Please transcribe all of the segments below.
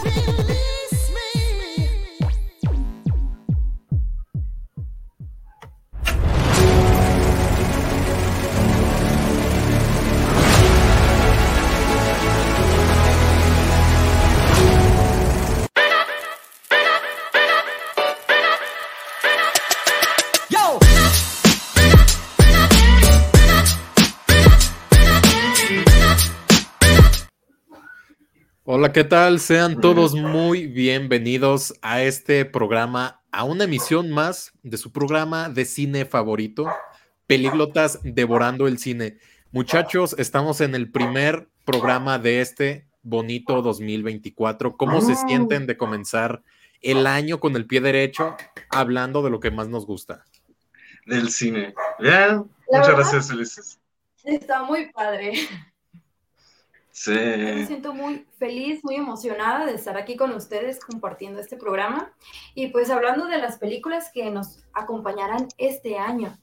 Hola, ¿qué tal? Sean todos muy bienvenidos a este programa, a una emisión más de su programa de cine favorito, Pelíglotas Devorando el Cine. Muchachos, estamos en el primer programa de este bonito 2024. ¿Cómo se sienten de comenzar el año con el pie derecho, hablando de lo que más nos gusta? Del cine. Bien, muchas gracias, Ulises. Está muy padre. Sí. Yo me siento muy feliz, muy emocionada de estar aquí con ustedes compartiendo este programa y pues hablando de las películas que nos acompañarán este año.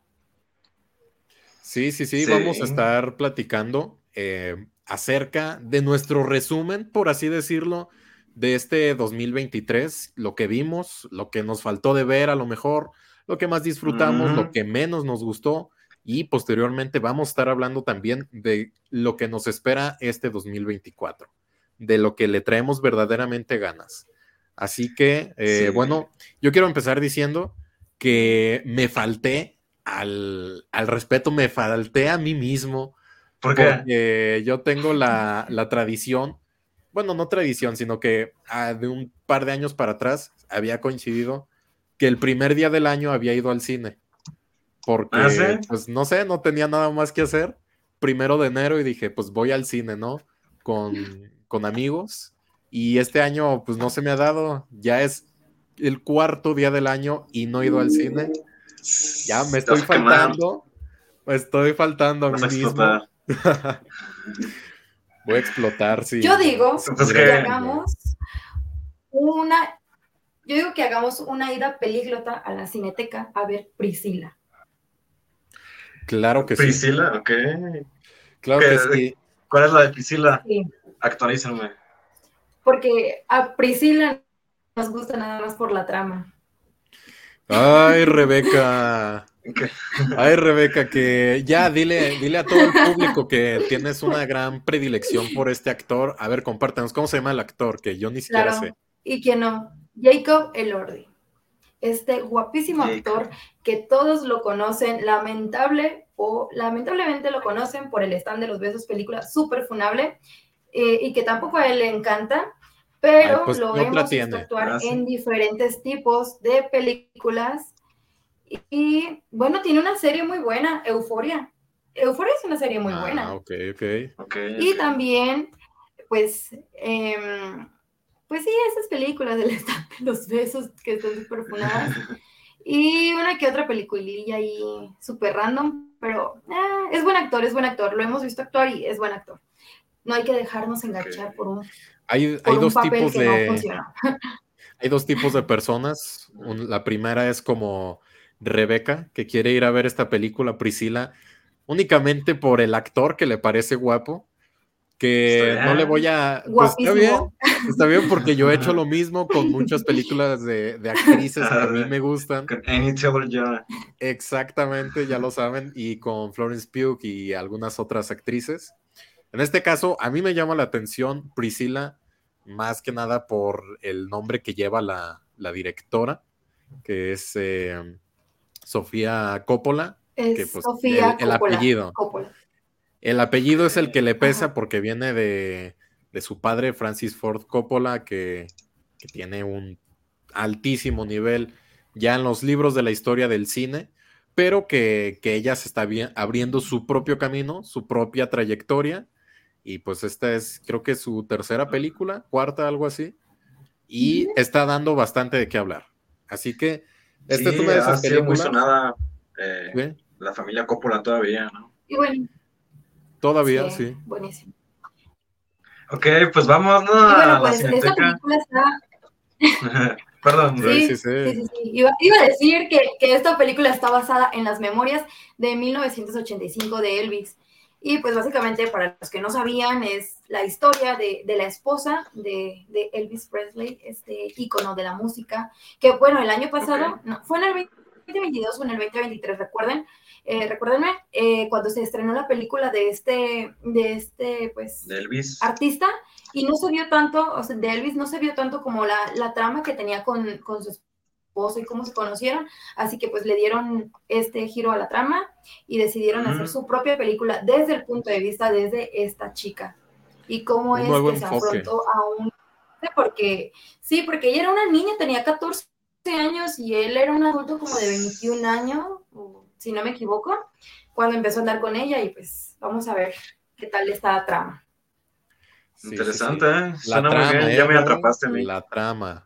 Sí, vamos a estar platicando acerca de nuestro resumen, por así decirlo, de este 2023, lo que vimos, lo que nos faltó de ver a lo mejor, lo que más disfrutamos, lo que menos nos gustó, y posteriormente vamos a estar hablando también de lo que nos espera este 2024, de lo que le traemos verdaderamente ganas. Así que, bueno, yo quiero empezar diciendo que me falté al respeto, me falté a mí mismo. ¿Por qué? Porque yo tengo la tradición, bueno, no tradición, sino que de un par de años para atrás había coincidido que el primer día del año había ido al cine. Porque, ¿Sí? pues, no sé, no tenía nada más que hacer. 1 de enero y dije, pues voy al cine, ¿no? Con amigos. Y este año, pues, no se me ha dado. Ya es el 4º día del año y no he ido al cine. Ya me estoy faltando. Me estoy faltando a mí mismo. Voy a explotar, sí. Yo digo que hagamos una ida pelíglota a la Cineteca a ver Priscila. Claro que sí. ¿Priscila? Ok. Claro que sí. ¿Cuál es la de Priscila? Sí. Actualízame. Porque a Priscila nos gusta nada más por la trama. Ay, Rebeca. Ay, Rebeca, que ya dile a todo el público que tienes una gran predilección por este actor. A ver, compártanos, ¿cómo se llama el actor? Que yo ni siquiera sé. Y que no, Jacob Elordi. Este guapísimo actor que todos lo conocen, lamentablemente lo conocen por El Stand de los Besos, película súper funable, y que tampoco a él le encanta, pero pues lo no hemos visto actuar en diferentes tipos de películas. Y bueno, tiene una serie muy buena, Euforia. Euforia es una serie muy buena. Ok. Y también, pues sí, esas películas del Stand de los Besos que están súper funadas. Y una que otra peliculilla ahí súper random, pero es buen actor, lo hemos visto actuar y es buen actor. No hay que dejarnos enganchar por un papel que no funcionó. Hay dos tipos de personas. La primera es como Rebeca, que quiere ir a ver esta película, Priscila, únicamente por el actor que le parece guapo, que no le voy a... Pues está bien porque yo he hecho lo mismo con muchas películas de actrices que a mí me gustan. Con Amy Taylor-Joy. Exactamente, ya lo saben, y con Florence Pugh y algunas otras actrices. En este caso, a mí me llama la atención Priscila, más que nada por el nombre que lleva la directora, que es Sofía Coppola. Que, pues, Sofía el apellido. Coppola. El apellido es el que le pesa porque viene de su padre, Francis Ford Coppola, que tiene un altísimo nivel ya en los libros de la historia del cine, pero que ella se está abriendo su propio camino, su propia trayectoria. Y pues esta es, creo que su tercera película, cuarta, algo así. Y está dando bastante de qué hablar. Así que esta es una de esas películas. Muy sonada la familia Coppola todavía, ¿no? Y bueno. Todavía, sí. Buenísimo. Ok, pues vamos, ¿no? Y bueno, pues esta película está... Perdón. Sí. Iba a decir que esta película está basada en las memorias de 1985 de Elvis. Y pues básicamente, para los que no sabían, es la historia de la esposa de Elvis Presley, este ícono de la música, que bueno, el año pasado, no, fue en el 2022 o en el 2023, recuérdenme, cuando se estrenó la película de este pues, de Elvis. artista, y no se vio tanto, o sea, de Elvis no se vio tanto como la trama que tenía con su esposo y cómo se conocieron, así que pues le dieron este giro a la trama y decidieron hacer su propia película desde el punto de vista desde esta chica y cómo es que se afrontó a un... porque ella era una niña, tenía 14 años y él era un adulto como de 21 años, si no me equivoco, cuando empezó a andar con ella, y pues vamos a ver qué tal esta trama. Sí, interesante, sí. La suena trama, muy bien. Ya me atrapaste a mí. La trama.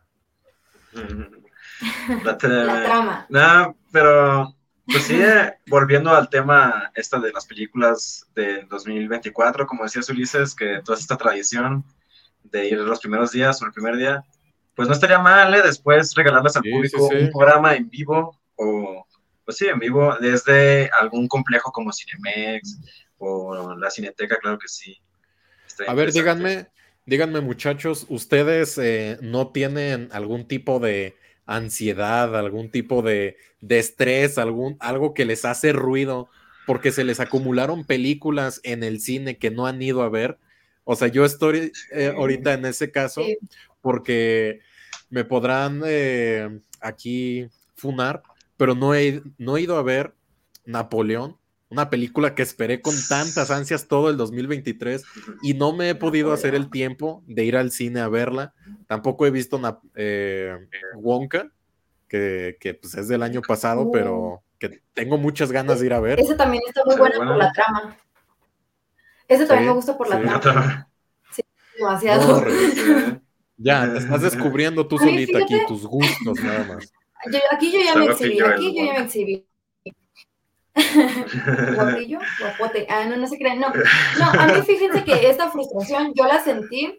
La trama. No, pero pues sí, volviendo al tema de las películas del 2024, como decías Ulises, que toda esta tradición de ir los primeros días o el primer día, pues no estaría mal, después regalarles al público un programa en vivo pues sí, en vivo, desde algún complejo como Cinemex o la Cineteca, claro que sí. A ver, díganme muchachos, ¿ustedes no tienen algún tipo de ansiedad, algún tipo de estrés, algo que les hace ruido porque se les acumularon películas en el cine que no han ido a ver? O sea, yo estoy ahorita en ese caso porque me podrán aquí funar, pero no he ido a ver Napoleón, una película que esperé con tantas ansias todo el 2023 y no me he podido hacer el tiempo de ir al cine a verla. Tampoco he visto Wonka, que pues es del año pasado, pero que tengo muchas ganas de ir a ver. Ese también está muy bueno por la trama. Ese también me gusta por la trama. Sí, demasiado. Ya, te estás descubriendo tú solita aquí, tus gustos nada más. Aquí yo ya me exhibí. Guapillo, guapote. No se crean. No, a mí fíjense que esta frustración yo la sentí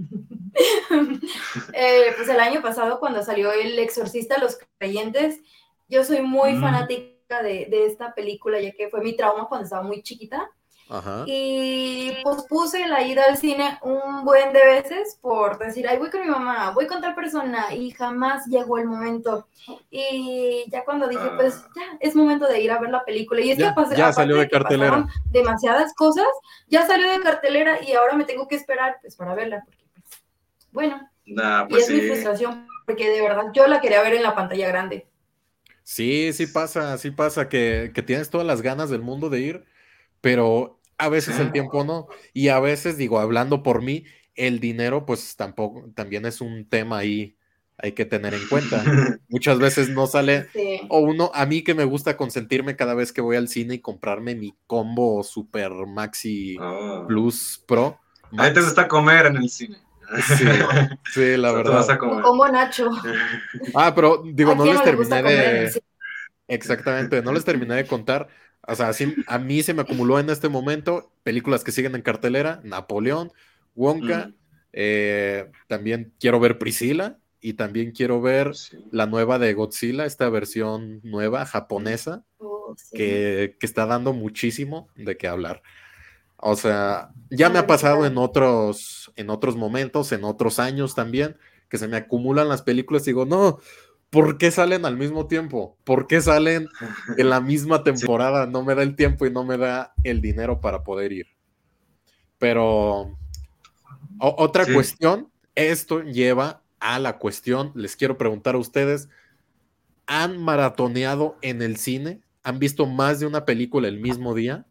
pues el año pasado cuando salió El Exorcista, Los Creyentes. Yo soy muy fanática de esta película, ya que fue mi trauma cuando estaba muy chiquita. Ajá. Y pospuse la ida al cine un buen de veces por decir, ay, voy con mi mamá, voy con tal persona, y jamás llegó el momento. Y ya cuando dije, pues ya es momento de ir a ver la película. Y es que ya salió de cartelera. Demasiadas cosas, ya salió de cartelera y ahora me tengo que esperar pues para verla, porque pues, bueno, pues y es mi frustración, porque de verdad yo la quería ver en la pantalla grande. Sí pasa que tienes todas las ganas del mundo de ir, pero a veces el tiempo no, y a veces, digo, hablando por mí, el dinero pues también es un tema ahí, hay que tener en cuenta. Muchas veces no sale, o a mí que me gusta consentirme cada vez que voy al cine y comprarme mi combo Super Maxi Plus Pro. A mí te gusta comer en el cine. Sí, la verdad. Como Nacho. Pero digo, no les terminé de... Exactamente, no les terminé de contar. O sea, a mí se me acumuló en este momento películas que siguen en cartelera: Napoleón, Wonka, también quiero ver Priscila y también quiero ver la nueva de Godzilla, esta versión nueva japonesa que está dando muchísimo de qué hablar. O sea, ya me ha pasado en otros momentos, en otros años también, que se me acumulan las películas y digo, no, ¿por qué salen al mismo tiempo? ¿Por qué salen en la misma temporada? No me da el tiempo y no me da el dinero para poder ir. Pero otra cuestión, esto lleva a la cuestión, les quiero preguntar a ustedes, ¿han maratoneado en el cine? ¿Han visto más de una película el mismo día?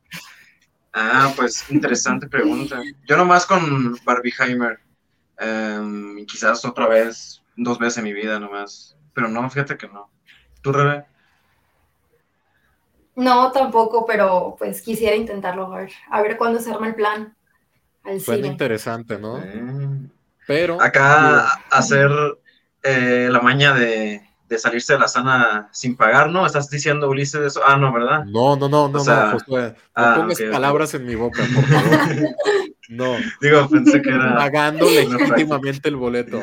Pues interesante pregunta. Yo nomás con Barbieheimer, quizás otra vez, 2 veces en mi vida nomás, pero no, fíjate que no. ¿Tú, Rebe? No, tampoco, pero pues quisiera intentarlo, a ver cuándo se arma el plan al Suena cine. Interesante, ¿no? Pero acá hacer la maña de salirse de la sana sin pagar, ¿no? ¿Estás diciendo, Ulises, eso? No, ¿verdad? No, Josué, no pongas palabras en mi boca, por favor. No. Digo, pensé que era... Pagando legítimamente el boleto.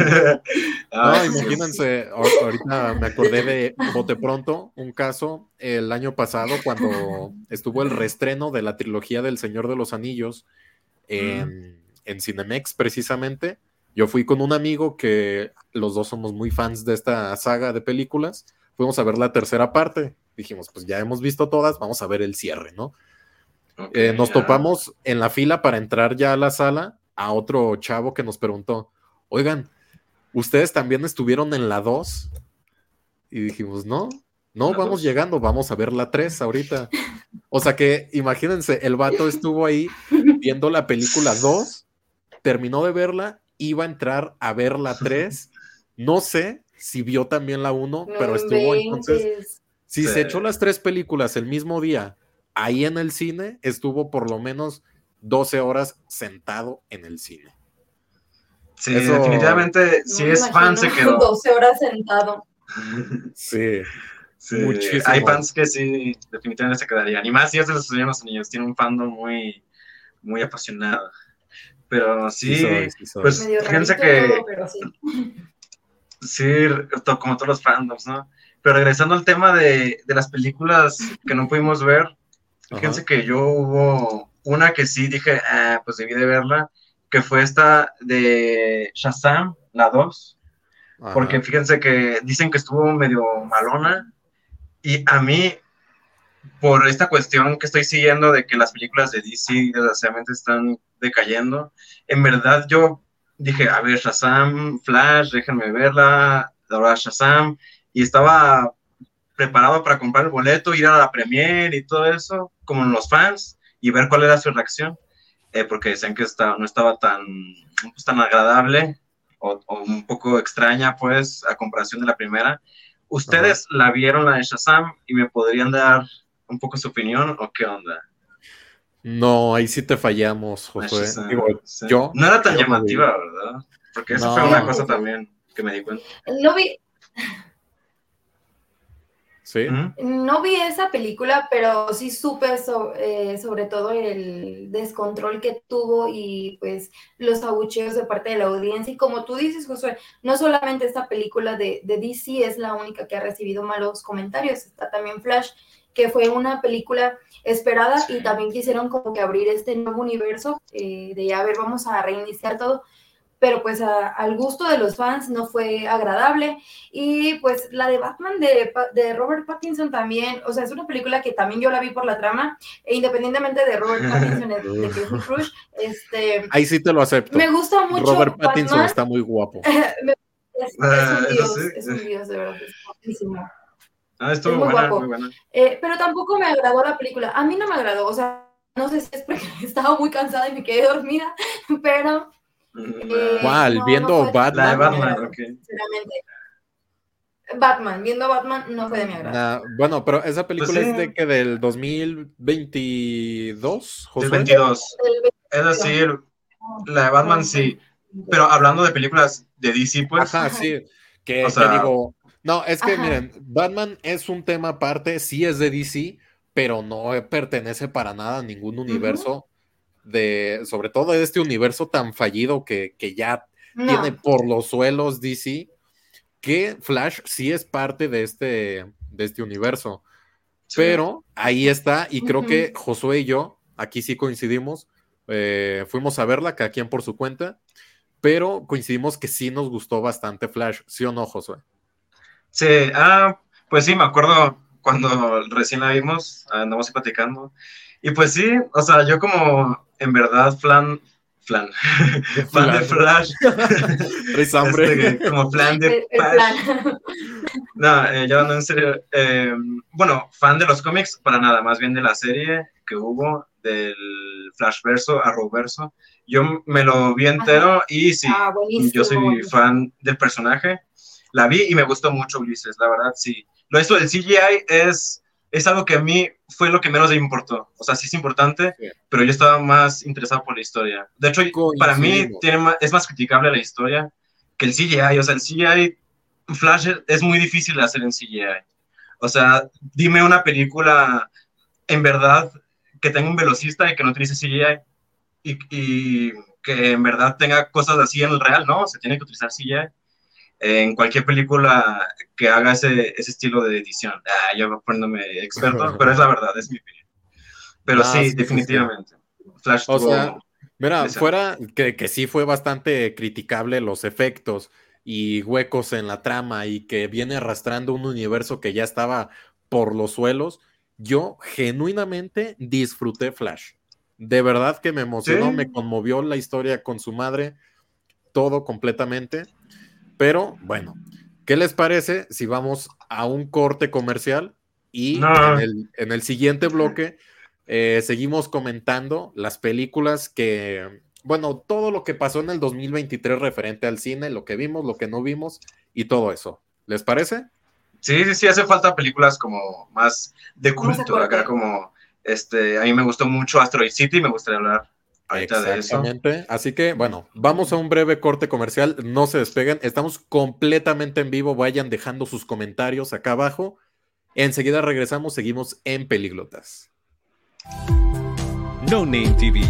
No, imagínense, ahorita me acordé de bote pronto, un caso el año pasado cuando estuvo el reestreno de la trilogía del Señor de los Anillos en Cinemex precisamente. Yo fui con un amigo que los dos somos muy fans de esta saga de películas. Fuimos a ver la tercera parte. Dijimos, pues ya hemos visto todas, vamos a ver el cierre, ¿no? Okay, nos topamos en la fila para entrar ya a la sala a otro chavo que nos preguntó, oigan, ¿ustedes también estuvieron en la 2? Y dijimos, no, vamos llegando, vamos a ver la 3 ahorita. O sea que, imagínense, el vato estuvo ahí viendo la película 2, terminó de verla, iba a entrar a ver la 3, no sé si vio también la 1, pero estuvo entonces, si se echó las 3 películas el mismo día, ahí en el cine, estuvo por lo menos 12 horas sentado en el cine. Sí, eso, definitivamente, si es fan, se quedó. 12 horas sentado. Sí, muchísimo. Hay fans que sí, definitivamente se quedarían. Y más si es de los Señor de los Anillos, tiene un fandom muy, muy apasionado. Pero sí, soy. Pues fíjense que... Todo, pero sí. Sí, como todos los fandoms, ¿no? Pero regresando al tema de las películas que no pudimos ver, fíjense que yo hubo una que sí dije, pues debí de verla, que fue esta de Shazam, la 2, porque fíjense que dicen que estuvo medio malona, y a mí, por esta cuestión que estoy siguiendo de que las películas de DC desgraciadamente están decayendo, en verdad yo dije, a ver, Shazam, Flash, déjenme verla, ahora Shazam, y estaba preparado para comprar el boleto, ir a la premiere y todo eso, como los fans, y ver cuál era su reacción, porque decían que no estaba tan agradable o un poco extraña, pues, a comparación de la primera. ¿Ustedes la vieron, la de Shazam, y me podrían dar un poco su opinión, o qué onda? No, ahí sí te fallamos, Josué. Digo, sí. No era tan llamativa, ¿verdad? Porque eso fue una cosa también que me di cuenta. No vi... ¿Sí? No vi esa película, pero sí supe sobre todo el descontrol que tuvo y pues los abucheos de parte de la audiencia. Y como tú dices, Josué, no solamente esta película de DC es la única que ha recibido malos comentarios, está también Flash, que fue una película esperada y también quisieron como que abrir este nuevo universo de, a ver, vamos a reiniciar todo. Pero pues al gusto de los fans no fue agradable. Y pues la de Batman de Robert Pattinson también, o sea, es una película que también yo la vi por la trama, e independientemente de Robert Pattinson, de que es mi crush, ahí sí te lo acepto. Me gusta mucho Robert Pattinson Batman. Está muy guapo. Es un dios, de verdad, es guapísimo. Estuvo muy buena, guapo. Muy buena. Pero tampoco me agradó la película, a mí no me agradó, o sea, no sé si es porque estaba muy cansada y me quedé dormida, pero... ¿Cuál? ¿Viendo Batman? La de Batman, ok. Batman, viendo Batman no fue de mi agrado. Bueno, pero esa película es de que del 2022, Josué. Del 22. Es decir, la de Batman sí. Pero hablando de películas de DC, pues. Ajá, sí. Que digo, no, es que miren, Batman es un tema aparte, sí es de DC, pero no pertenece para nada a ningún universo. Sobre todo de este universo tan fallido que ya tiene por los suelos DC, que Flash sí es parte de este universo. Sí. Pero ahí está, y creo que Josué y yo, aquí sí coincidimos, fuimos a verla, cada quien por su cuenta, pero coincidimos que sí nos gustó bastante Flash, ¿sí o no, Josué? Sí, pues sí, me acuerdo cuando recién la vimos, andamos platicando, y pues sí, o sea, yo como en verdad fan de Flash, como fan de Flash. No, ya no en serio, bueno, fan de los cómics, para nada, más bien de la serie que hubo del Flashverso, Arrowverso, yo me lo vi entero y sí, yo soy fan del personaje, la vi y me gustó mucho Ulises, la verdad, sí. Lo esto del CGI es algo que a mí fue lo que menos me importó. O sea, sí es importante, sí, pero yo estaba más interesado por la historia. De hecho, para mí es más criticable la historia que el CGI. O sea, el CGI, Flash es muy difícil de hacer en CGI. O sea, dime una película en verdad que tenga un velocista y que no utilice CGI. y que en verdad tenga cosas así en el real, ¿no? Se tiene que utilizar CGI en cualquier película que haga ese estilo de edición. Yo poniéndome experto, pero es la verdad, es mi opinión. Pero sí, definitivamente. Flash o sea, mira, fuera que sí fue bastante criticable los efectos y huecos en la trama y que viene arrastrando un universo que ya estaba por los suelos, yo genuinamente disfruté Flash. De verdad que me emocionó, me conmovió la historia con su madre, todo completamente. Pero bueno, ¿qué les parece si vamos a un corte comercial y en el siguiente bloque seguimos comentando las películas que, bueno, todo lo que pasó en el 2023 referente al cine, lo que vimos, lo que no vimos y todo eso? ¿Les parece? Sí, hace falta películas como más de culto, acá como, a mí me gustó mucho Asteroid City, me gustaría hablar ahorita de eso. Exactamente, así que bueno, vamos a un breve corte comercial, no se despeguen, estamos completamente en vivo, vayan dejando sus comentarios acá abajo, enseguida regresamos, seguimos en Peliglotas. No Name TV.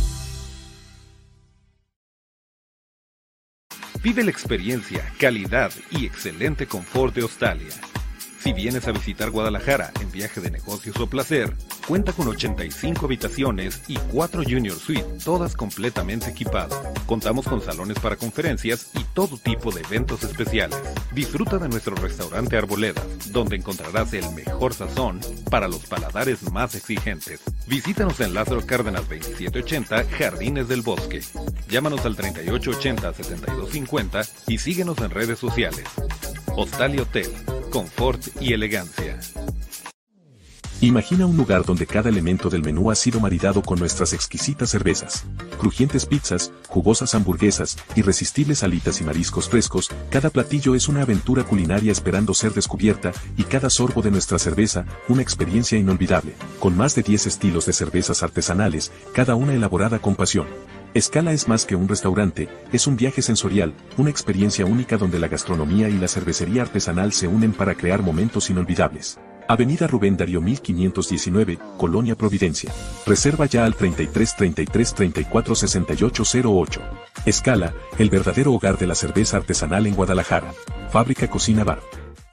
Vive la experiencia, calidad y excelente confort de Australia. Si vienes a visitar Guadalajara en viaje de negocios o placer, cuenta con 85 habitaciones y 4 Junior Suite, todas completamente equipadas. Contamos con salones para conferencias y todo tipo de eventos especiales. Disfruta de nuestro restaurante Arboledas, donde encontrarás el mejor sazón para los paladares más exigentes. Visítanos en Lázaro Cárdenas 2780, Jardines del Bosque. Llámanos al 3880-7250 y síguenos en redes sociales. Hostal y Hotel, confort y elegancia. Imagina un lugar donde cada elemento del menú ha sido maridado con nuestras exquisitas cervezas. Crujientes pizzas, jugosas hamburguesas, irresistibles alitas y mariscos frescos, cada platillo es una aventura culinaria esperando ser descubierta, y cada sorbo de nuestra cerveza, una experiencia inolvidable. Con más de 10 estilos de cervezas artesanales, cada una elaborada con pasión. Escala es más que un restaurante, es un viaje sensorial, una experiencia única donde la gastronomía y la cervecería artesanal se unen para crear momentos inolvidables. Avenida Rubén Darío 1519, Colonia Providencia. Reserva ya al 33 33 34 68 08. Escala, el verdadero hogar de la cerveza artesanal en Guadalajara. Fábrica Cocina Bar.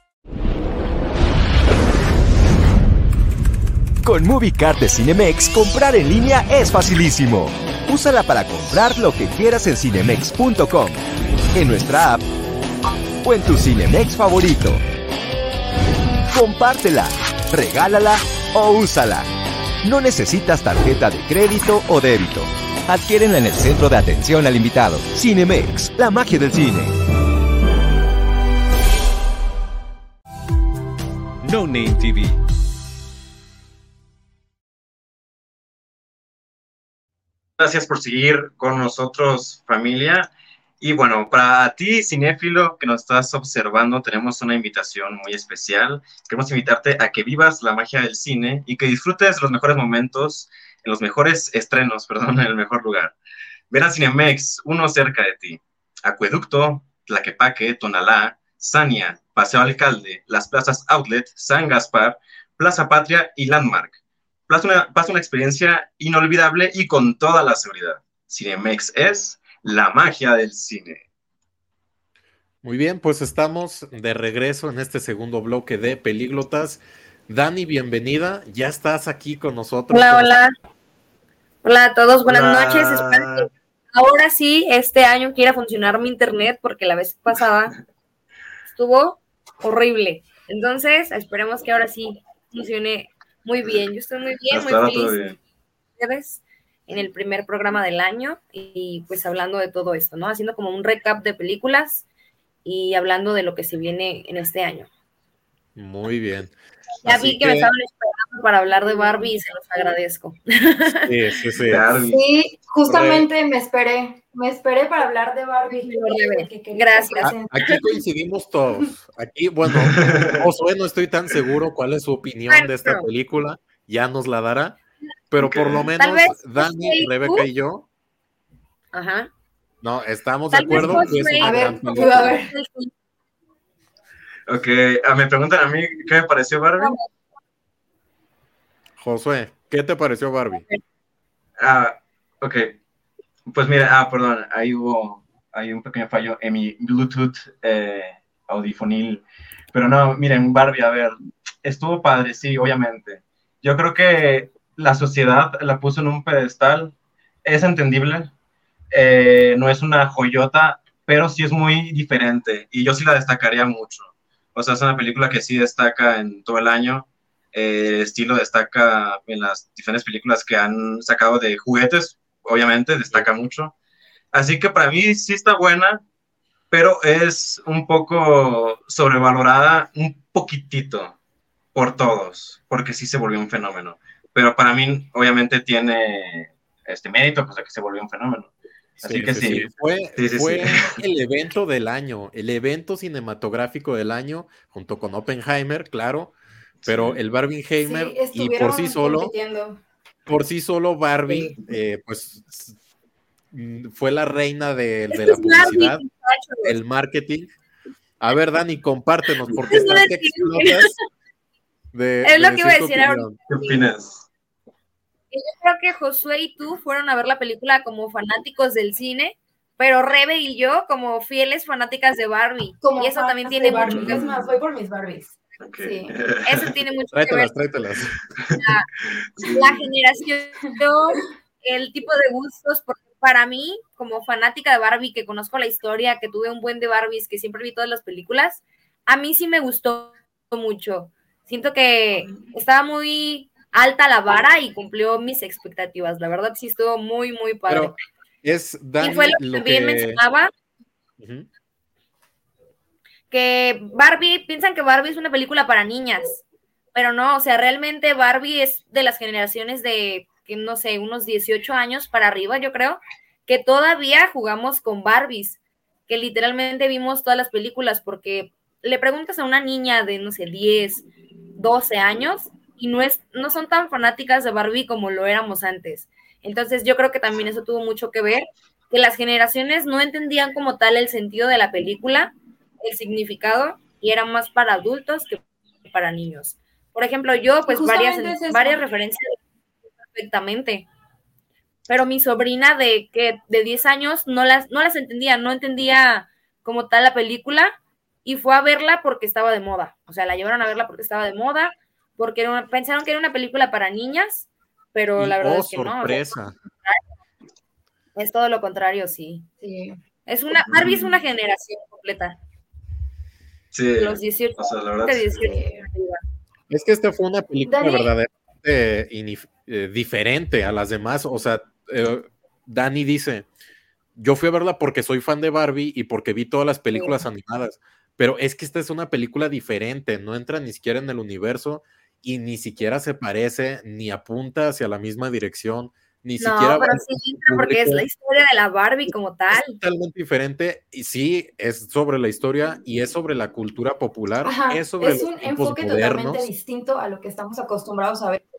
Con MovieCard de Cinemex, comprar en línea es facilísimo. Úsala para comprar lo que quieras en cinemex.com, en nuestra app o en tu Cinemex favorito. Compártela, regálala o úsala. No necesitas tarjeta de crédito o débito. Adquiérenla en el centro de atención al invitado. Cinemex, la magia del cine. No Name TV. Gracias por seguir con nosotros, familia. Y bueno, para ti, cinéfilo, que nos estás observando, tenemos una invitación muy especial. Queremos invitarte a que vivas la magia del cine y que disfrutes los mejores momentos, en los mejores estrenos, en el mejor lugar. Ven a Cinemex, uno cerca de ti. Acueducto, Tlaquepaque, Tonalá, Sania, Paseo Alcalde, las plazas Outlet, San Gaspar, Plaza Patria y Landmark. Pasa una experiencia inolvidable y con toda la seguridad. Cinemex es la magia del cine. Muy bien, pues estamos de regreso en este segundo bloque de Pelíglotas. Dani, bienvenida, ya estás aquí con nosotros. Hola. Hola a todos, buenas noches. Espero que ahora sí, este año quiera funcionar mi internet, porque la vez pasada estuvo horrible. Entonces, esperemos que ahora sí funcione muy bien. Yo estoy muy bien, muy feliz. Ustedes en el primer programa del año y pues hablando de todo esto, ¿no? Haciendo como un recap de películas y hablando de lo que se viene en este año. Muy bien. Ya vi que me estaban esperando para hablar de Barbie y se los agradezco. Sí. Sí, justamente me esperé para hablar de Barbie. Gracias. Aquí coincidimos todos. Aquí, bueno, Josué no estoy tan seguro cuál es su opinión de esta película, ya nos la dará, pero por lo menos Dani, Rebeca y yo, no, estamos de acuerdo que es una gran película. A ver. Ok, me preguntan a mí qué me pareció Barbie. Josué, ¿qué te pareció Barbie? Ok, Pues mira, perdón, hay un pequeño fallo en mi Bluetooth audifonil. Pero no, miren, Barbie, a ver, estuvo padre, sí, obviamente. Yo creo que la sociedad la puso en un pedestal, es entendible, no es una joyota, pero sí es muy diferente y yo sí la destacaría mucho. O sea, es una película que sí destaca en todo el año. El estilo destaca en las diferentes películas que han sacado de juguetes, obviamente, destaca mucho. Así que para mí sí está buena, pero es un poco sobrevalorada, un poquitito por todos, porque sí se volvió un fenómeno. Pero para mí, obviamente, tiene este mérito, pues, de que se volvió un fenómeno. Así que sí. Fue el evento del año, el evento cinematográfico del año, junto con Oppenheimer, claro, pero el Barbenheimer y por sí solo Barbie, pues fue la reina de la publicidad, el marketing. A ver, Dani, compártenos, porque estás que explotas es lo que iba a decir ahora. ¿Qué opinas? Yo creo que Josué y tú fueron a ver la película como fanáticos del cine, pero Rebe y yo como fieles fanáticas de Barbie. Y eso también tiene mucho que ver. Es más, voy por mis Barbies. Okay. Sí. Eso tiene mucho que ver. Tráetelas. La generación, el tipo de gustos, porque para mí, como fanática de Barbie, que conozco la historia, que tuve un buen de Barbies, que siempre vi todas las películas, a mí sí me gustó mucho. Siento que estaba muy alta la vara y cumplió mis expectativas. La verdad sí estuvo muy, muy padre. Pero es Dani, y fue lo que también mencionaba, que Barbie, piensan que Barbie es una película para niñas, pero no, o sea, realmente Barbie es de las generaciones de, que no sé, unos 18 años para arriba, yo creo, que todavía jugamos con Barbies, que literalmente vimos todas las películas, porque le preguntas a una niña de, no sé, 10, 12 años, y no son tan fanáticas de Barbie como lo éramos antes. Entonces yo creo que también eso tuvo mucho que ver, que las generaciones no entendían como tal el sentido de la película, el significado, y era más para adultos que para niños. Por ejemplo, yo pues varias referencias perfectamente, pero mi sobrina de 10 años no las entendía, no entendía como tal la película, y fue a verla porque estaba de moda. O sea, la llevaron a verla porque estaba de moda, porque pensaron que era una película para niñas, pero la verdad es que sorpresa. No. Es todo lo contrario, sí. Barbie es una generación completa. Sí. Los 18. O sea, la verdad. 18. Es que esta fue una película verdaderamente diferente a las demás. O sea, Dani dice, yo fui a verla porque soy fan de Barbie y porque vi todas las películas animadas. Pero es que esta es una película diferente, no entra ni siquiera en el universo y ni siquiera se parece ni apunta hacia la misma dirección, ni siquiera... No, pero sí entra porque es la historia de la Barbie como tal. Es totalmente diferente y sí, es sobre la historia y es sobre la cultura popular. Ajá, es sobre un enfoque totalmente distinto a lo que estamos acostumbrados a ver.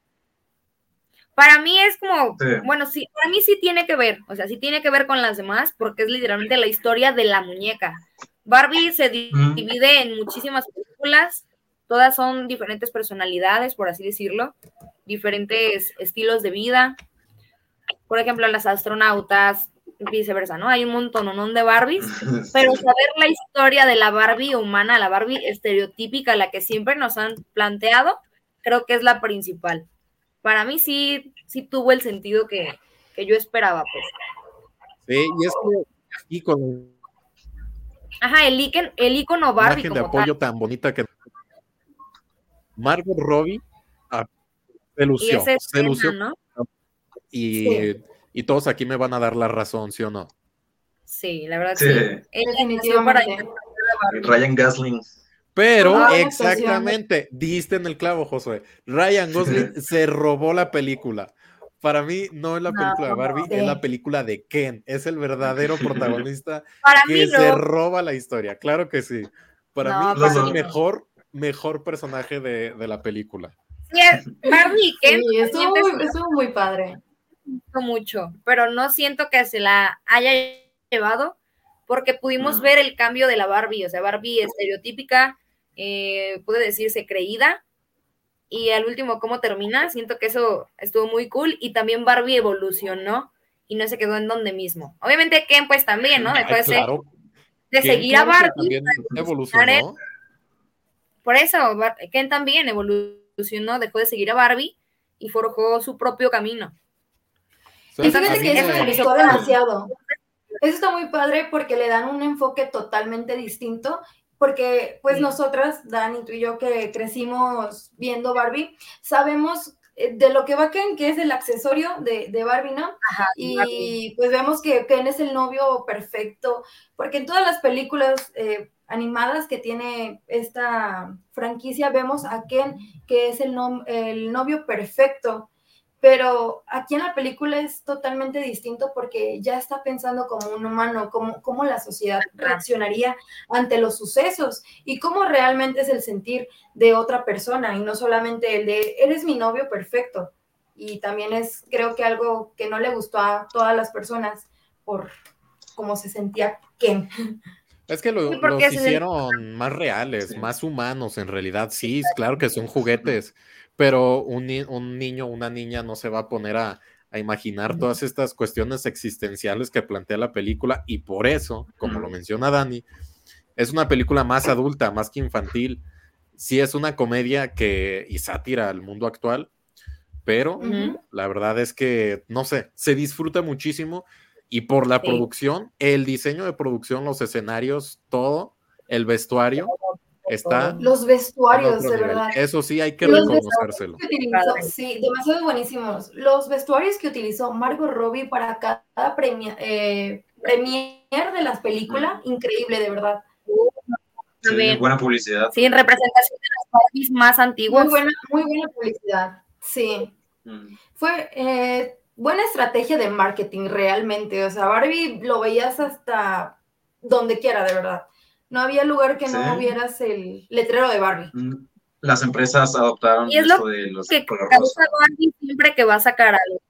Para mí es como, bueno, sí, para mí sí tiene que ver, o sea, sí tiene que ver con las demás porque es literalmente la historia de la muñeca. Barbie se divide en muchísimas películas, todas son diferentes personalidades, por así decirlo, diferentes estilos de vida. Por ejemplo, las astronautas, viceversa, ¿no? Hay un montón de Barbies, pero saber la historia de la Barbie humana, la Barbie estereotípica, la que siempre nos han planteado, creo que es la principal. Para mí sí tuvo el sentido que yo esperaba, pues. Sí, y es que aquí con el ícono Barbie imagen de apoyo tan bonita que Margot Robbie se lució, ¿no? Y todos aquí me van a dar la razón, ¿sí o no? Sí, la verdad sí. Definitivamente. Ryan Gosling. Pero exactamente, diste en el clavo, Josué. Ryan Gosling se robó la película. Para mí no es la película de Barbie, es la película de Ken. Es el verdadero protagonista que se roba la historia. Claro que sí. Para mí es el mejor personaje de la película. Sí, Barbie y Ken estuvo muy padre. Mucho, pero no siento que se la haya llevado porque pudimos ver el cambio de la Barbie, o sea, Barbie estereotípica, puede decirse creída, y al último cómo termina, siento que eso estuvo muy cool, y también Barbie evolucionó y no se quedó en donde mismo. Obviamente Ken pues también, ¿no? Después claro. de seguir a Barbie. También evolucionó. Por eso, Ken también evolucionó, dejó de seguir a Barbie y forjó su propio camino. Y fíjate que eso me gustó demasiado. Eso está muy padre porque le dan un enfoque totalmente distinto, porque pues nosotras, Dani, tú y yo que crecimos viendo Barbie, sabemos de lo que va Ken, que es el accesorio de Barbie, ¿no? Ajá, y Barbie. Pues vemos que Ken es el novio perfecto, porque en todas las películas animadas que tiene esta franquicia vemos a Ken, que es el novio perfecto. Pero aquí en la película es totalmente distinto porque ya está pensando como un humano, cómo la sociedad reaccionaría ante los sucesos y cómo realmente es el sentir de otra persona y no solamente el de, eres mi novio perfecto. Y también es, creo que algo que no le gustó a todas las personas por cómo se sentía Ken. Es que los hicieron más reales, más humanos en realidad. Sí, claro que son juguetes, pero un niño o una niña no se va a poner a imaginar todas estas cuestiones existenciales que plantea la película y por eso, como lo menciona Dani, es una película más adulta, más que infantil. Sí es una comedia y sátira al mundo actual, pero la verdad es que, no sé, se disfruta muchísimo. Y por la producción, el diseño de producción, los escenarios, todo, el vestuario, está... Los vestuarios, de verdad. Eso sí, hay que reconocérselo. Sí, demasiado buenísimos. Los vestuarios que utilizó Margot Robbie para cada premier de las películas, increíble, de verdad. Sí, buena publicidad. Sí, en representación de las Barbies más antiguas. Muy buena publicidad, sí. Fue... buena estrategia de marketing realmente, o sea, Barbie lo veías hasta donde quiera, de verdad. No había lugar que no vieras el letrero de Barbie. Las empresas adoptaron y es esto lo de los que causa Barbie siempre que va a sacar algo.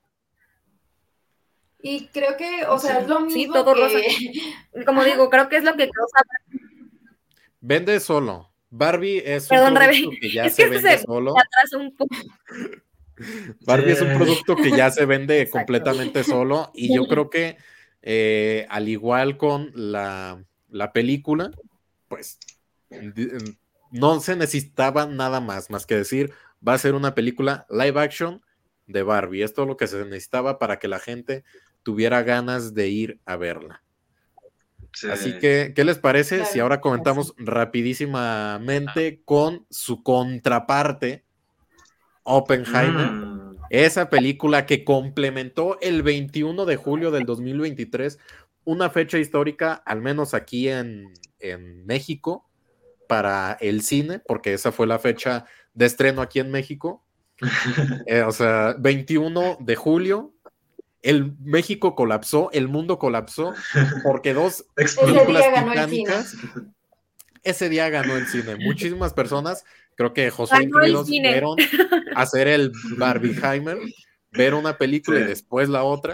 Y creo que, o sea, es lo mismo. Sí, todo rosa. Como digo, creo que es lo que causa Barbie. Vende solo. Barbie es un producto que ya se vende solo. Un poco. Barbie es un producto que ya se vende completamente solo y yo creo que al igual con la película, pues no se necesitaba nada más que decir, va a ser una película live action de Barbie. Es todo lo que se necesitaba para que la gente tuviera ganas de ir a verla. Sí. Así que, ¿qué les parece si ahora comentamos rapidísimamente con su contraparte, Oppenheimer? Esa película que complementó el 21 de julio del 2023, una fecha histórica, al menos aquí en México, para el cine, porque esa fue la fecha de estreno aquí en México. O sea, 21 de julio, México colapsó, el mundo colapsó, porque dos películas titánicas. Ese día ganó el cine. Muchísimas personas, creo que José incluidos, fueron a hacer el Barbieheimer, ver una película y después la otra.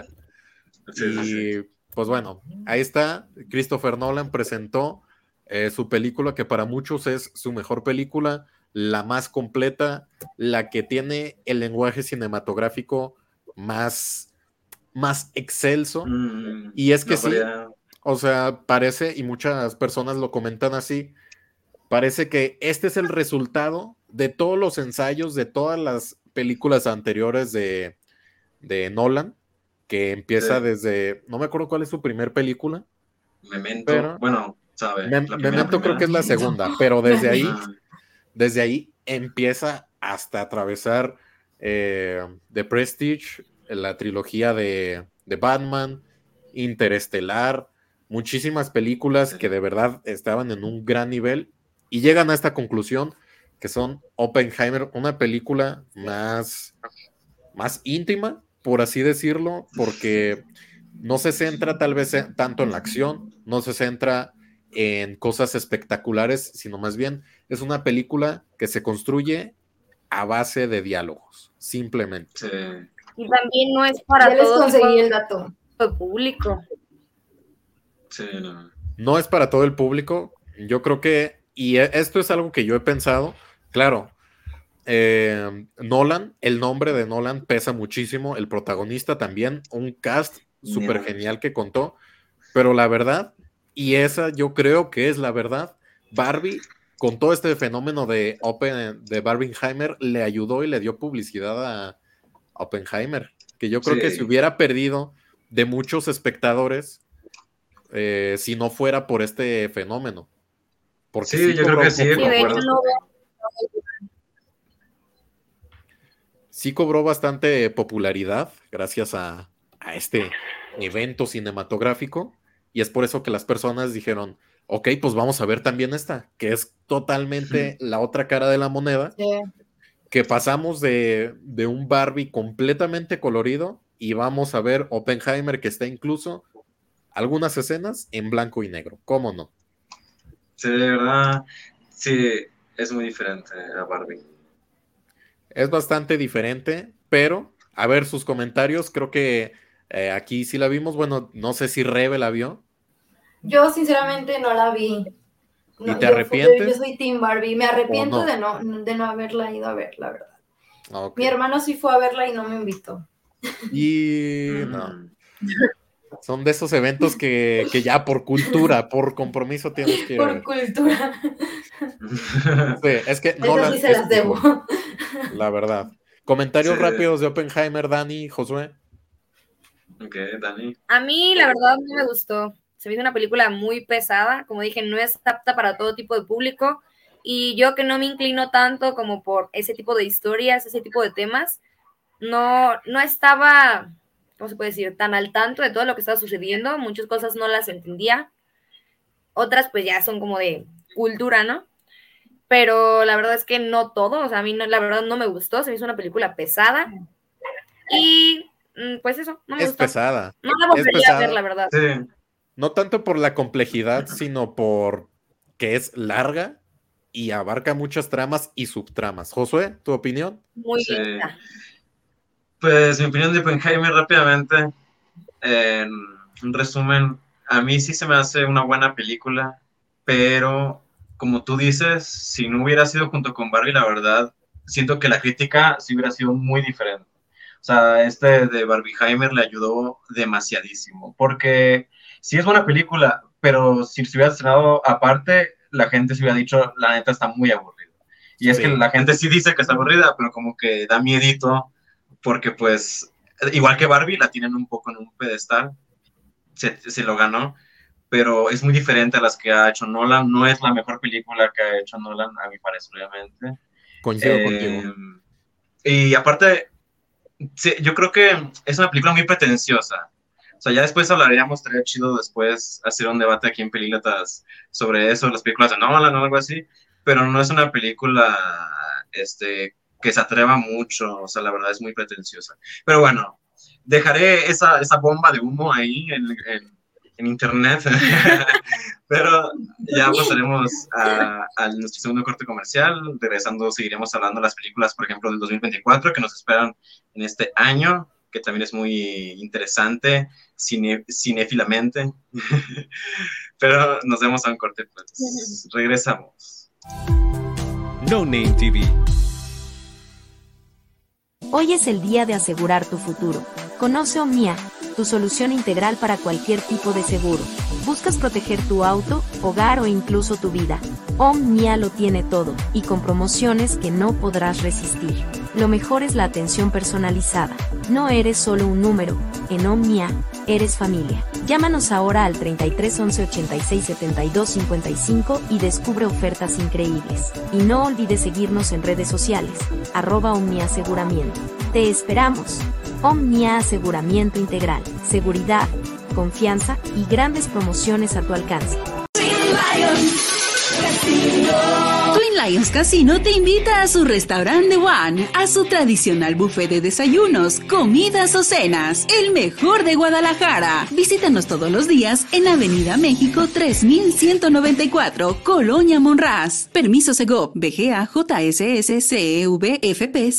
Pues bueno, ahí está. Christopher Nolan presentó su película, que para muchos es su mejor película, la más completa, la que tiene el lenguaje cinematográfico más excelso. Y es que o sea, parece, y muchas personas lo comentan así, parece que este es el resultado de todos los ensayos de todas las películas anteriores de Nolan, que empieza desde, no me acuerdo cuál es su primer película. Memento, pero, bueno, sabe. Memento creo que es la segunda, pero desde ahí empieza hasta atravesar The Prestige, la trilogía de Batman, Interestelar, muchísimas películas que de verdad estaban en un gran nivel y llegan a esta conclusión que son Oppenheimer, una película más íntima, por así decirlo, porque no se centra tal vez tanto en la acción, no se centra en cosas espectaculares, sino más bien es una película que se construye a base de diálogos, simplemente. Sí. Y también no es para todo el dato. Público. Sí, no. No es para todo el público. Yo creo que, y esto es algo que yo he pensado, claro, Nolan, el nombre de Nolan pesa muchísimo, el protagonista también, un cast súper genial que contó, pero la verdad, y esa yo creo que es la verdad, Barbie, con todo este fenómeno de Barbenheimer, le ayudó y le dio publicidad a Oppenheimer, que yo creo que se hubiera perdido de muchos espectadores si no fuera por este fenómeno. Porque sí, yo creo que sí, concuerdo. Sí cobró bastante popularidad gracias a este evento cinematográfico, y es por eso que las personas dijeron, ok, pues vamos a ver también esta, que es totalmente la otra cara de la moneda, que pasamos de un Barbie completamente colorido y vamos a ver Oppenheimer, que está incluso algunas escenas en blanco y negro, ¿cómo no? Sí, de verdad, sí, es muy diferente a Barbie. Es bastante diferente, pero a ver sus comentarios, creo que aquí sí la vimos, bueno, no sé si Rebe la vio. Yo sinceramente no la vi. No, ¿y te arrepientes? Yo soy Team Barbie, me arrepiento de no haberla ido a ver, la verdad. Okay. Mi hermano sí fue a verla y no me invitó. Y no. Son de esos eventos que ya por cultura, por compromiso tienes que... Por cultura. Sí, es que no las, sí se las debo. La verdad. Comentarios rápidos de Oppenheimer, Dani, Josué. Ok, Dani. A mí, la verdad, no me gustó. Se me hizo una película muy pesada. Como dije, no es apta para todo tipo de público. Y yo que no me inclino tanto como por ese tipo de historias, ese tipo de temas, no estaba, ¿cómo se puede decir?, tan al tanto de todo lo que estaba sucediendo. Muchas cosas no las entendía. Otras pues ya son como de cultura, ¿no? Pero la verdad es que no todo. O sea, a mí la verdad no me gustó. Se me hizo una película pesada. Y pues eso, no me gustó. Es pesada. No la volvería a ver, la verdad. Sí. No tanto por la complejidad, sino por que es larga y abarca muchas tramas y subtramas. Josué, ¿tu opinión? Muy bien. Pues mi opinión de Oppenheimer rápidamente, en resumen, a mí sí se me hace una buena película, pero como tú dices, si no hubiera sido junto con Barbie, la verdad, siento que la crítica sí hubiera sido muy diferente. O sea, de Barbieheimer le ayudó demasiadísimo, porque sí es buena película, pero si se hubiera estrenado aparte, la gente se hubiera dicho, la neta está muy aburrida. Y es que la gente sí dice que está aburrida, pero como que da miedito, porque pues, igual que Barbie, la tienen un poco en un pedestal, se lo ganó, pero es muy diferente a las que ha hecho Nolan. No es la mejor película que ha hecho Nolan, a mi parecer, obviamente. Coincido contigo. Y aparte, sí, yo creo que es una película muy pretenciosa. O sea, ya después hablaríamos, estaría chido después hacer un debate aquí en Pelílotas sobre eso, las películas de Nolan o algo así, pero no es una película que se atreva mucho, o sea, la verdad es muy pretenciosa. Pero bueno, dejaré esa bomba de humo ahí en internet, pero ya pasaremos a nuestro segundo corte comercial. Regresando, seguiremos hablando de las películas, por ejemplo, del 2024, que nos esperan en este año, que también es muy interesante, cinéfilamente. Pero nos vemos a un corte, pues. Regresamos. No Name TV. Hoy es el día de asegurar tu futuro. Conoce Omnia, tu solución integral para cualquier tipo de seguro. ¿Buscas proteger tu auto, hogar o incluso tu vida? Omnia lo tiene todo, y con promociones que no podrás resistir. Lo mejor es la atención personalizada. No eres solo un número, en Omnia, eres familia. Llámanos ahora al 33 11 86 72 55 y descubre ofertas increíbles. Y no olvides seguirnos en redes sociales, @Omnia Aseguramiento. Te esperamos. Omnia Aseguramiento Integral, seguridad, confianza y grandes promociones a tu alcance. Twin Lions Casino te invita a su restaurante One, a su tradicional buffet de desayunos, comidas o cenas, el mejor de Guadalajara. Visítanos todos los días en Avenida México 3194, Colonia Monraz. Permiso Segov, BGA JSS CEV FP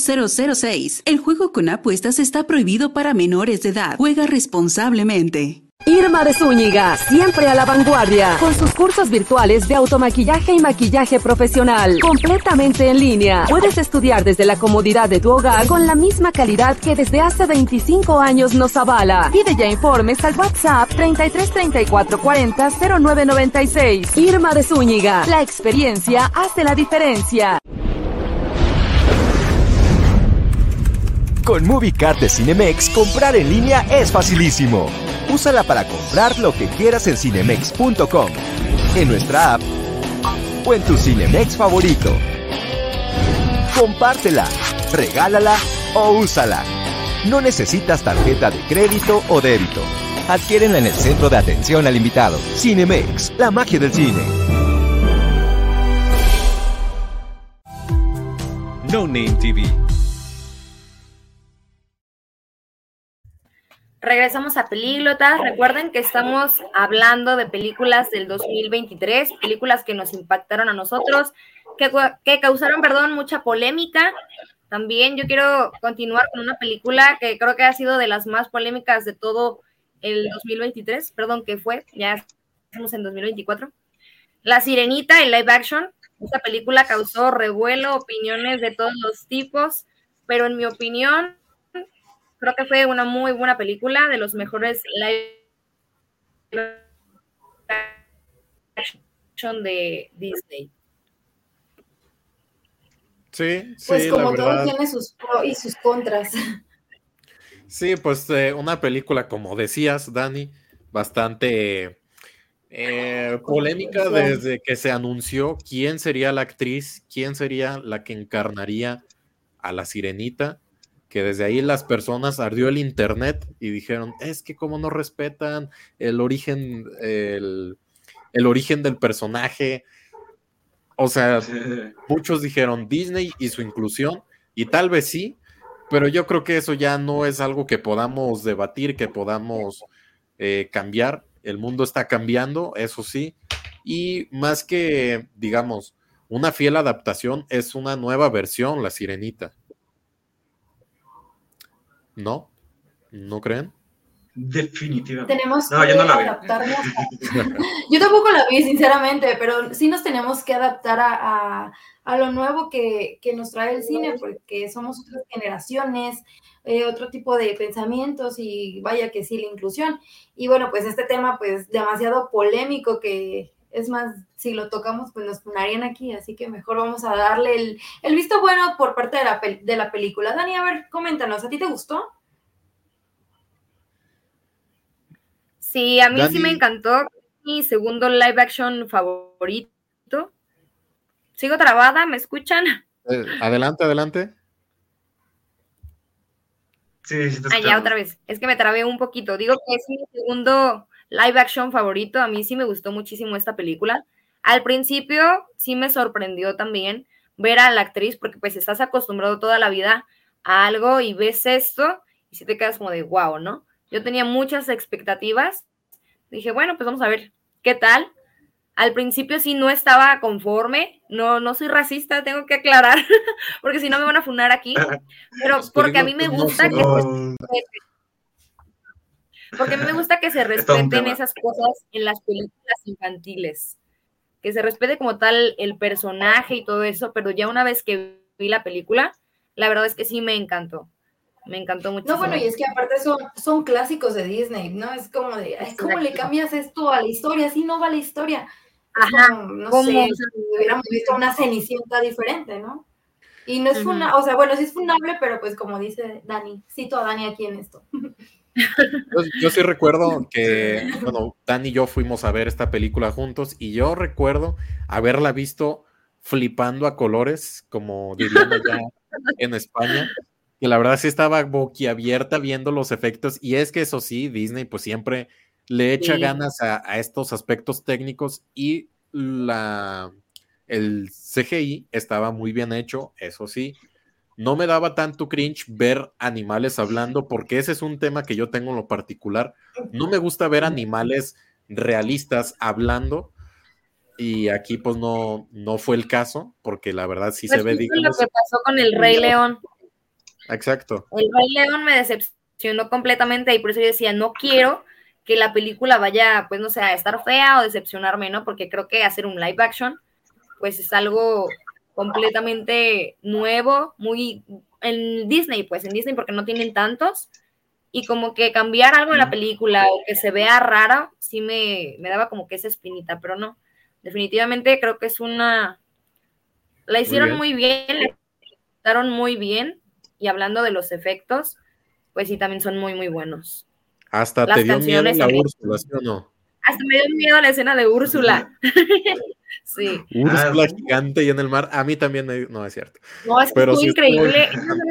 012006. El juego con apuestas está prohibido para menores de edad. Juega responsablemente. Irma de Zúñiga, siempre a la vanguardia, con sus cursos virtuales de automaquillaje y maquillaje profesional, completamente en línea. Puedes estudiar desde la comodidad de tu hogar con la misma calidad que desde hace 25 años nos avala. Pide ya informes al WhatsApp 33 34 40 09 96. Irma de Zúñiga, la experiencia hace la diferencia. Con MovieCard de Cinemex, comprar en línea es facilísimo. Úsala para comprar lo que quieras en cinemex.com, en nuestra app o en tu Cinemex favorito. Compártela, regálala o úsala. No necesitas tarjeta de crédito o débito. Adquiérenla en el centro de atención al invitado. Cinemex, la magia del cine. No Name TV. Regresamos a Pelíglotas. Recuerden que estamos hablando de películas del 2023, películas que nos impactaron a nosotros, que causaron, mucha polémica. También yo quiero continuar con una película que creo que ha sido de las más polémicas de todo el 2023, ya estamos en 2024. La Sirenita en live action. Esta película causó revuelo, opiniones de todos los tipos, pero en mi opinión creo que fue una muy buena película, de los mejores live action de Disney. Sí, pues como la todo verdad. Tiene sus pros y sus contras. Sí, pues una película, como decías, Dani, bastante polémica desde que se anunció quién sería la actriz, quién sería la que encarnaría a la Sirenita, que desde ahí las personas ardió el internet y dijeron, es que cómo no respetan el origen del personaje. O sea, muchos dijeron Disney y su inclusión, y tal vez sí, pero yo creo que eso ya no es algo que podamos debatir, que podamos cambiar. El mundo está cambiando, eso sí, y más que, digamos, una fiel adaptación, es una nueva versión, La Sirenita. ¿No? ¿No creen? Definitivamente. Tenemos yo que no la vi. adaptarnos. Yo tampoco la vi, sinceramente, pero sí nos tenemos que adaptar a lo nuevo que nos trae el cine, porque somos otras generaciones, otro tipo de pensamientos, y vaya que sí, la inclusión. Y bueno, pues este tema, pues demasiado polémico, que es más, si lo tocamos, pues nos funarían aquí, así que mejor vamos a darle el visto bueno por parte de la película. Dani, a ver, coméntanos, ¿a ti te gustó? Sí, a mí Dani. sí me encantó. Mi segundo live action favorito. ¿Sigo trabada? ¿Me escuchan? Adelante. Sí, te ya otra vez. Es que me trabé un poquito. Digo que es mi segundo live action favorito. A mí sí me gustó muchísimo esta película. Al principio sí me sorprendió también ver a la actriz, porque pues estás acostumbrado toda la vida a algo y ves esto y sí te quedas como de wow, ¿no? Yo tenía muchas expectativas. Dije, bueno, pues vamos a ver qué tal. Al principio sí no estaba conforme. No soy racista, tengo que aclarar, porque si no me van a funar aquí. Pero porque a mí me gusta porque a mí me gusta que se respeten esas cosas en las películas infantiles. Que se respete como tal el personaje y todo eso, pero ya una vez que vi la película, la verdad es que sí me encantó. Me encantó muchísimo. No, bueno, y es que aparte son clásicos de Disney, ¿no? Es como de, ay, ¿cómo le cambias esto a la historia? Así no va la historia. Ajá. Como, no sé, si hubiéramos visto una Cenicienta diferente, ¿no? Y no es o sea, bueno, sí es funable, pero pues como dice Dani, cito a Dani aquí en esto. Yo sí recuerdo que, bueno, Dani y yo fuimos a ver esta película juntos, y yo recuerdo haberla visto flipando a colores, como dirían allá en España, que la verdad sí estaba boquiabierta viendo los efectos, y es que eso sí, Disney pues siempre le echa ganas a estos aspectos técnicos, y el CGI estaba muy bien hecho, eso sí. No me daba tanto cringe ver animales hablando, porque ese es un tema que yo tengo en lo particular. No me gusta ver animales realistas hablando, y aquí pues no fue el caso, porque la verdad sí se ve, digamos, lo que pasó con el Rey León. Exacto. El Rey León me decepcionó completamente, y por eso yo decía, no quiero que la película vaya, pues no sé, a estar fea o decepcionarme, ¿no? Porque creo que hacer un live action, pues es algo completamente nuevo, muy en Disney, porque no tienen tantos, y como que cambiar algo en la película o que se vea rara, sí me daba como que esa espinita, pero no, definitivamente creo que es la hicieron muy bien, le ejecutaron muy bien, y hablando de los efectos, pues sí, también son muy, muy buenos. Hasta las te dio miedo la Úrsula, ¿sí o no? Hasta me dio miedo la escena de Úrsula. Sí. Úrsula gigante y en el mar. A mí también no es cierto. No, es que estuvo increíble.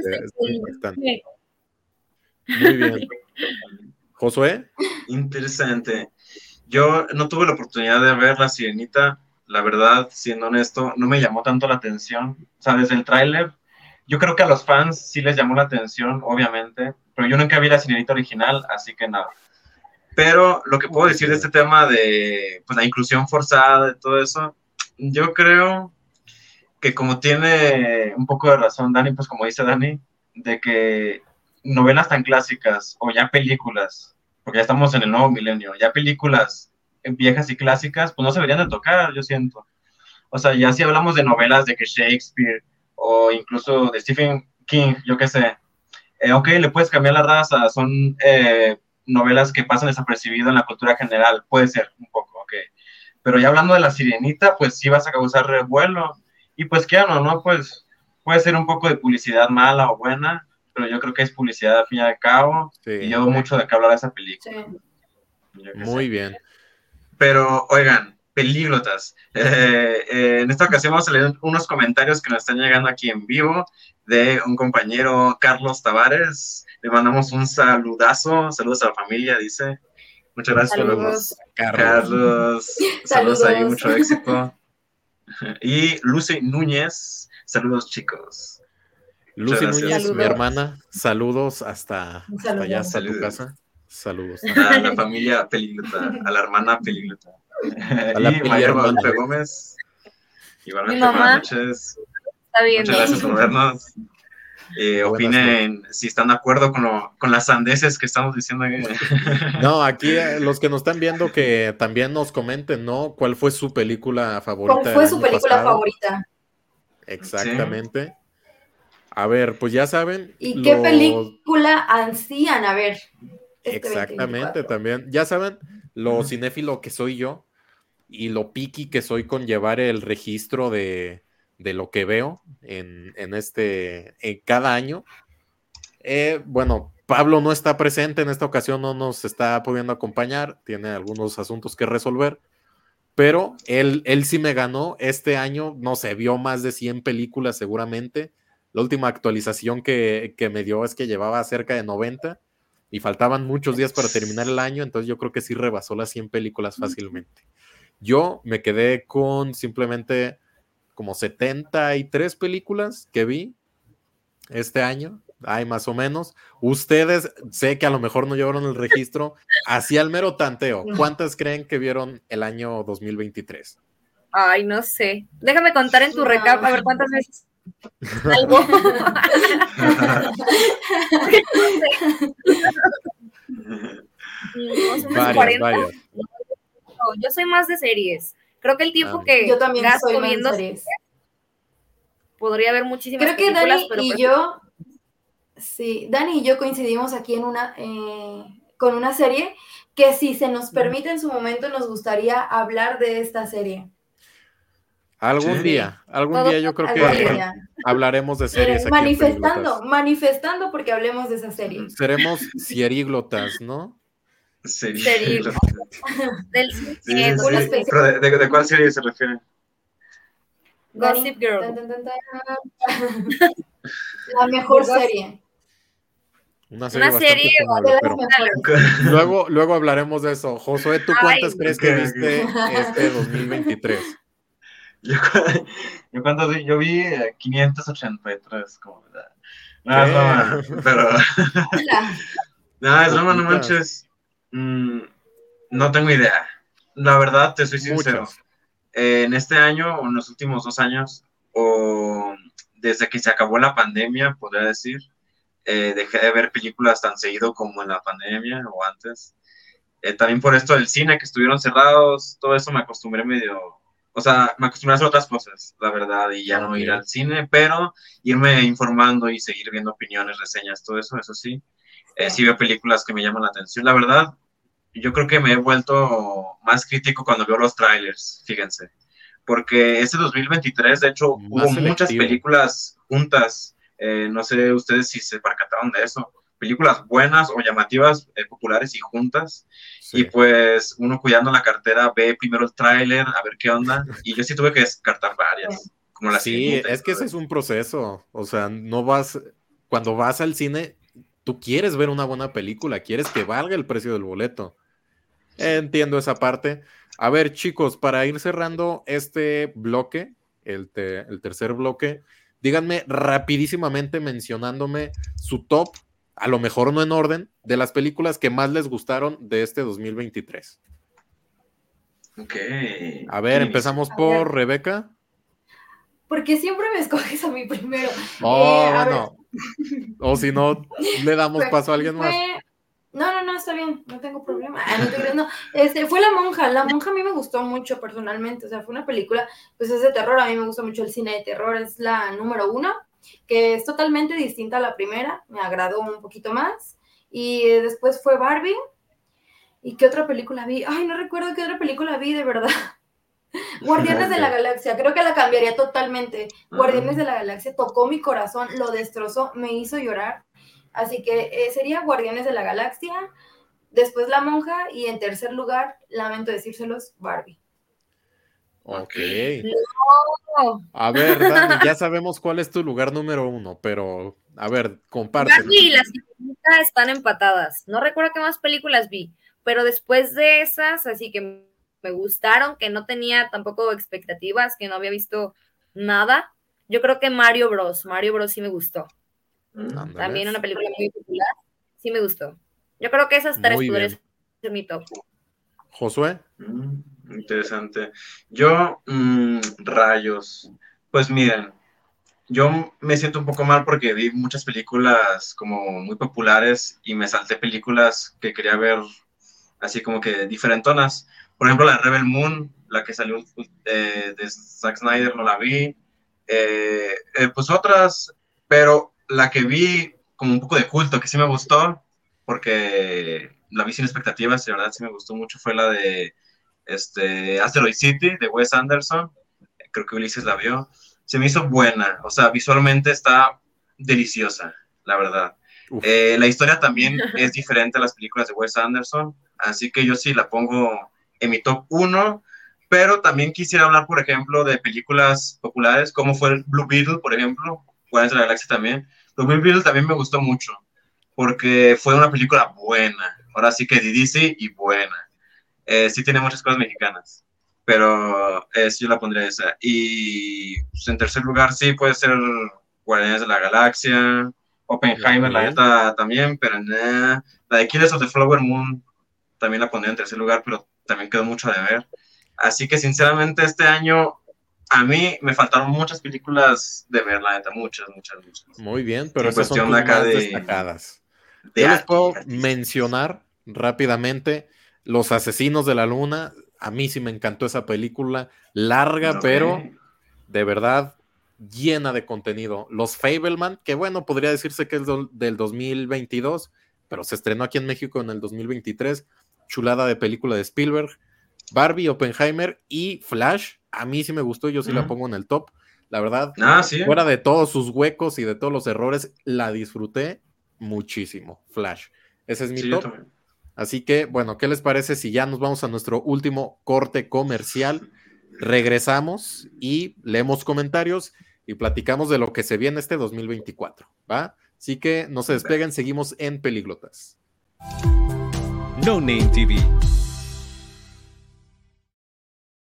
Muy bien. ¿Josué? Interesante. Yo no tuve la oportunidad de ver La Sirenita. La verdad, siendo honesto, no me llamó tanto la atención. O sea, desde el tráiler, yo creo que a los fans sí les llamó la atención, obviamente, pero yo nunca vi La Sirenita original, así que nada. Pero lo que puedo decir de este tema de pues, la inclusión forzada, de todo eso, yo creo que como tiene un poco de razón Dani, pues como dice Dani, de que novelas tan clásicas o ya películas, porque ya estamos en el nuevo milenio, ya películas viejas y clásicas, pues no se deberían de tocar, yo siento. O sea, ya si hablamos de novelas de que Shakespeare o incluso de Stephen King, yo qué sé, ok, le puedes cambiar la raza, son novelas que pasan desapercibido en la cultura general, puede ser un poco, ok. Pero ya hablando de La Sirenita, pues sí vas a causar revuelo, y pues qué no, pues puede ser un poco de publicidad mala o buena, pero yo creo que es publicidad al fin y al cabo, y llevo mucho de qué hablar de esa película. Sí. Muy bien. Pero, oigan, pelíglotas. En esta ocasión vamos a leer unos comentarios que nos están llegando aquí en vivo de un compañero, Carlos Tavares. Le mandamos un saludazo, saludos a la familia, dice. Muchas gracias por vernos. Carlos, saludos ahí, mucho éxito. Y Lucy Núñez, saludos chicos. Lucy Núñez, saludos. Mi hermana, saludos hasta allá, hasta tu casa. Saludos. A la familia Pelíglota, a la hermana Pelíglota. Y María Guadalupe Gómez. Igualmente, buenas noches. Está bien, muchas gracias por vernos. Opinen si están de acuerdo con las sandeces que estamos diciendo aquí. No, aquí los que nos están viendo que también nos comenten, ¿no? ¿Cuál fue su película favorita? ¿Cuál fue su película favorita? Exactamente. Sí. A ver, pues ya saben. ¿Y qué película ansían a ver? Exactamente, también. Ya saben, lo cinéfilo que soy yo y lo picky que soy con llevar el registro de lo que veo en cada año. Bueno, Pablo no está presente en esta ocasión, no nos está pudiendo acompañar, tiene algunos asuntos que resolver, pero él sí me ganó este año, no sé, vio más de 100 películas seguramente. La última actualización que me dio es que llevaba cerca de 90 y faltaban muchos días para terminar el año, entonces yo creo que sí rebasó las 100 películas fácilmente. Yo me quedé con simplemente como 73 películas que vi este año, hay más o menos. Ustedes, sé que a lo mejor no llevaron el registro, así al mero tanteo, ¿cuántas creen que vieron el año 2023? Ay, no sé. Déjame contar en tu recap, a ver cuántas veces. Algo. Varias. No, yo soy más de series. Creo que el tiempo que yo también gasto soy viendo series. Podría haber muchísimas Creo que películas, Dani pero y yo, sí, Dani y yo coincidimos aquí con una serie que si se nos permite en su momento nos gustaría hablar de esta serie. Algún día yo creo que hablaremos de series. Manifestando porque hablemos de esa serie. Seremos sieríglotas, ¿no? Seríglotas. Del sí. Pero ¿de cuál serie se refiere? Gossip Girl. La mejor serie. Una serie pero luego hablaremos de eso. Josué, ¿tú cuántas crees que viste este 2023? Yo vi 583, como no, es broma, pero no, es broma, no manches. No tengo idea. La verdad, te soy sincero. En este año, o en los últimos 2 años, o desde que se acabó la pandemia, podría decir, dejé de ver películas tan seguido como en la pandemia o antes. también por esto del cine, que estuvieron cerrados, todo eso me acostumbré me acostumbré a hacer otras cosas, la verdad, y ya no ir al cine, pero irme informando y seguir viendo opiniones, reseñas, todo eso sí. Sí veo películas que me llaman la atención. La verdad, yo creo que me he vuelto más crítico cuando veo los trailers, fíjense. Porque este 2023, de hecho, hubo muchas películas juntas. No sé ustedes si se percataron de eso. Películas buenas o llamativas, populares y juntas. Sí. Y pues uno cuidando la cartera ve primero el tráiler, a ver qué onda. Y yo sí tuve que descartar varias. Como la siguiente. Es que ese es un proceso. O sea, cuando vas al cine, tú quieres ver una buena película, quieres que valga el precio del boleto. Entiendo esa parte. A ver, chicos, para ir cerrando este bloque, el tercer bloque, díganme rapidísimamente mencionándome su top, a lo mejor no en orden, de las películas que más les gustaron de este 2023. Ok. A ver, empezamos por Rebeca. Porque siempre me escoges a mí primero. Bueno. O si no, le damos paso a alguien más. No, está bien, no tengo problema. No, fue La Monja. La Monja a mí me gustó mucho personalmente. O sea, fue una película, pues es de terror. A mí me gusta mucho el cine de terror. Es la número 1, que es totalmente distinta a la primera. Me agradó un poquito más. Y después fue Barbie. ¿Y qué otra película vi? Ay, no recuerdo qué otra película vi, de verdad. Guardianes de la Galaxia, creo que la cambiaría totalmente. Guardianes de la Galaxia tocó mi corazón, lo destrozó, me hizo llorar. Así que sería Guardianes de la Galaxia, después La Monja y en tercer lugar, lamento decírselos, Barbie. Ok. No. A ver, Dani, ya sabemos cuál es tu lugar número 1, pero a ver, comparte. Barbie y La Sirenita están empatadas. No recuerdo qué más películas vi, pero después de esas, así que me gustaron, que no tenía tampoco expectativas, que no había visto nada. Yo creo que Mario Bros sí me gustó. También una película muy popular, sí me gustó. Yo creo que esas tres podrían ser mi top. Josué. Interesante. Yo, rayos. Pues miren, yo me siento un poco mal porque vi muchas películas como muy populares y me salté películas que quería ver así como que diferentonas. Por ejemplo, la Rebel Moon, la que salió de Zack Snyder, no la vi. Pues otras, pero la que vi como un poco de culto, que sí me gustó, porque la vi sin expectativas y la verdad sí me gustó mucho, fue la de Asteroid City, de Wes Anderson. Creo que Ulises la vio. Se me hizo buena, o sea, visualmente está deliciosa, la verdad. La historia también es diferente a las películas de Wes Anderson, así que yo sí la pongo en mi top 1, pero también quisiera hablar, por ejemplo, de películas populares, como fue el Blue Beetle, por ejemplo, Guardianes de la Galaxia también. Blue Beetle también me gustó mucho, porque fue una película buena, ahora sí que de DC y buena. Sí tiene muchas cosas mexicanas, pero yo la pondría esa. Y pues, en tercer lugar sí puede ser Guardianes de la Galaxia, Oppenheimer, la neta también, pero la de Killers of the Flower Moon también la pondría en tercer lugar, pero también quedó mucho de ver. Así que sinceramente este año a mí me faltaron muchas películas de ver, la neta, muchas. Muy bien, pero esas son tus más destacadas. Yo les puedo mencionar rápidamente Los Asesinos de la Luna. A mí sí me encantó esa película, larga, pero de verdad llena de contenido. Los Fabelman, que bueno, podría decirse que es del 2022, pero se estrenó aquí en México en el 2023. Chulada de película de Spielberg. Barbie, Oppenheimer y Flash. A mí sí me gustó, yo sí la pongo en el top. La verdad, fuera de todos sus huecos y de todos los errores, la disfruté muchísimo. Flash. Ese es mi top. Así que, bueno, ¿qué les parece si ya nos vamos a nuestro último corte comercial? Regresamos y leemos comentarios y platicamos de lo que se viene este 2024, ¿va? Así que no se despeguen, seguimos en Peliglotas. No Name TV.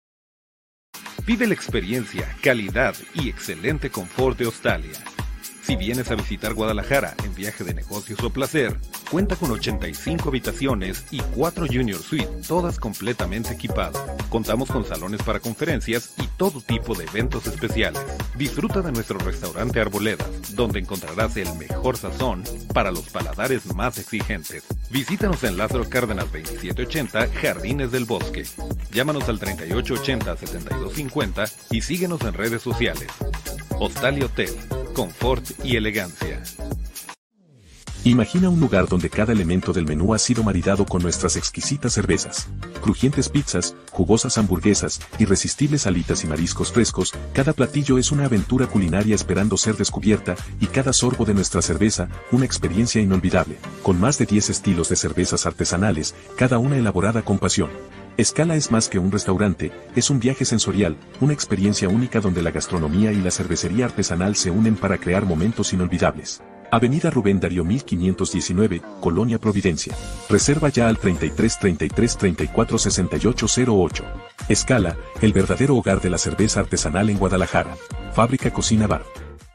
Vive la experiencia, calidad y excelente confort de Australia. Si vienes a visitar Guadalajara en viaje de negocios o placer, cuenta con 85 habitaciones y 4 Junior Suite, todas completamente equipadas. Contamos con salones para conferencias y todo tipo de eventos especiales. Disfruta de nuestro restaurante Arboledas, donde encontrarás el mejor sazón para los paladares más exigentes. Visítanos en Lázaro Cárdenas 2780, Jardines del Bosque. Llámanos al 3880-7250 y síguenos en redes sociales. Hostal y Hotel, confort y elegancia. Imagina un lugar donde cada elemento del menú ha sido maridado con nuestras exquisitas cervezas. Crujientes pizzas, jugosas hamburguesas, irresistibles alitas y mariscos frescos, cada platillo es una aventura culinaria esperando ser descubierta, y cada sorbo de nuestra cerveza, una experiencia inolvidable. Con más de 10 estilos de cervezas artesanales, cada una elaborada con pasión. Escala es más que un restaurante, es un viaje sensorial, una experiencia única donde la gastronomía y la cervecería artesanal se unen para crear momentos inolvidables. Avenida Rubén Darío 1519, Colonia Providencia. Reserva ya al 33 33 34 68 08. Escala, el verdadero hogar de la cerveza artesanal en Guadalajara. Fábrica Cocina Bar.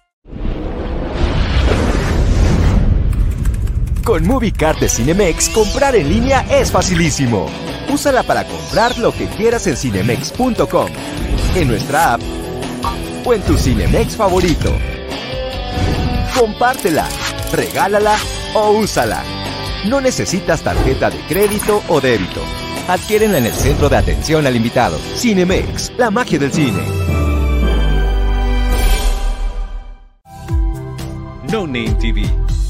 Con MovieCard de Cinemex, comprar en línea es facilísimo. Úsala para comprar lo que quieras en cinemex.com, en nuestra app o en tu Cinemex favorito. Compártela, regálala o úsala. No necesitas tarjeta de crédito o débito. Adquiérenla en el centro de atención al invitado. Cinemex, la magia del cine. No Name TV.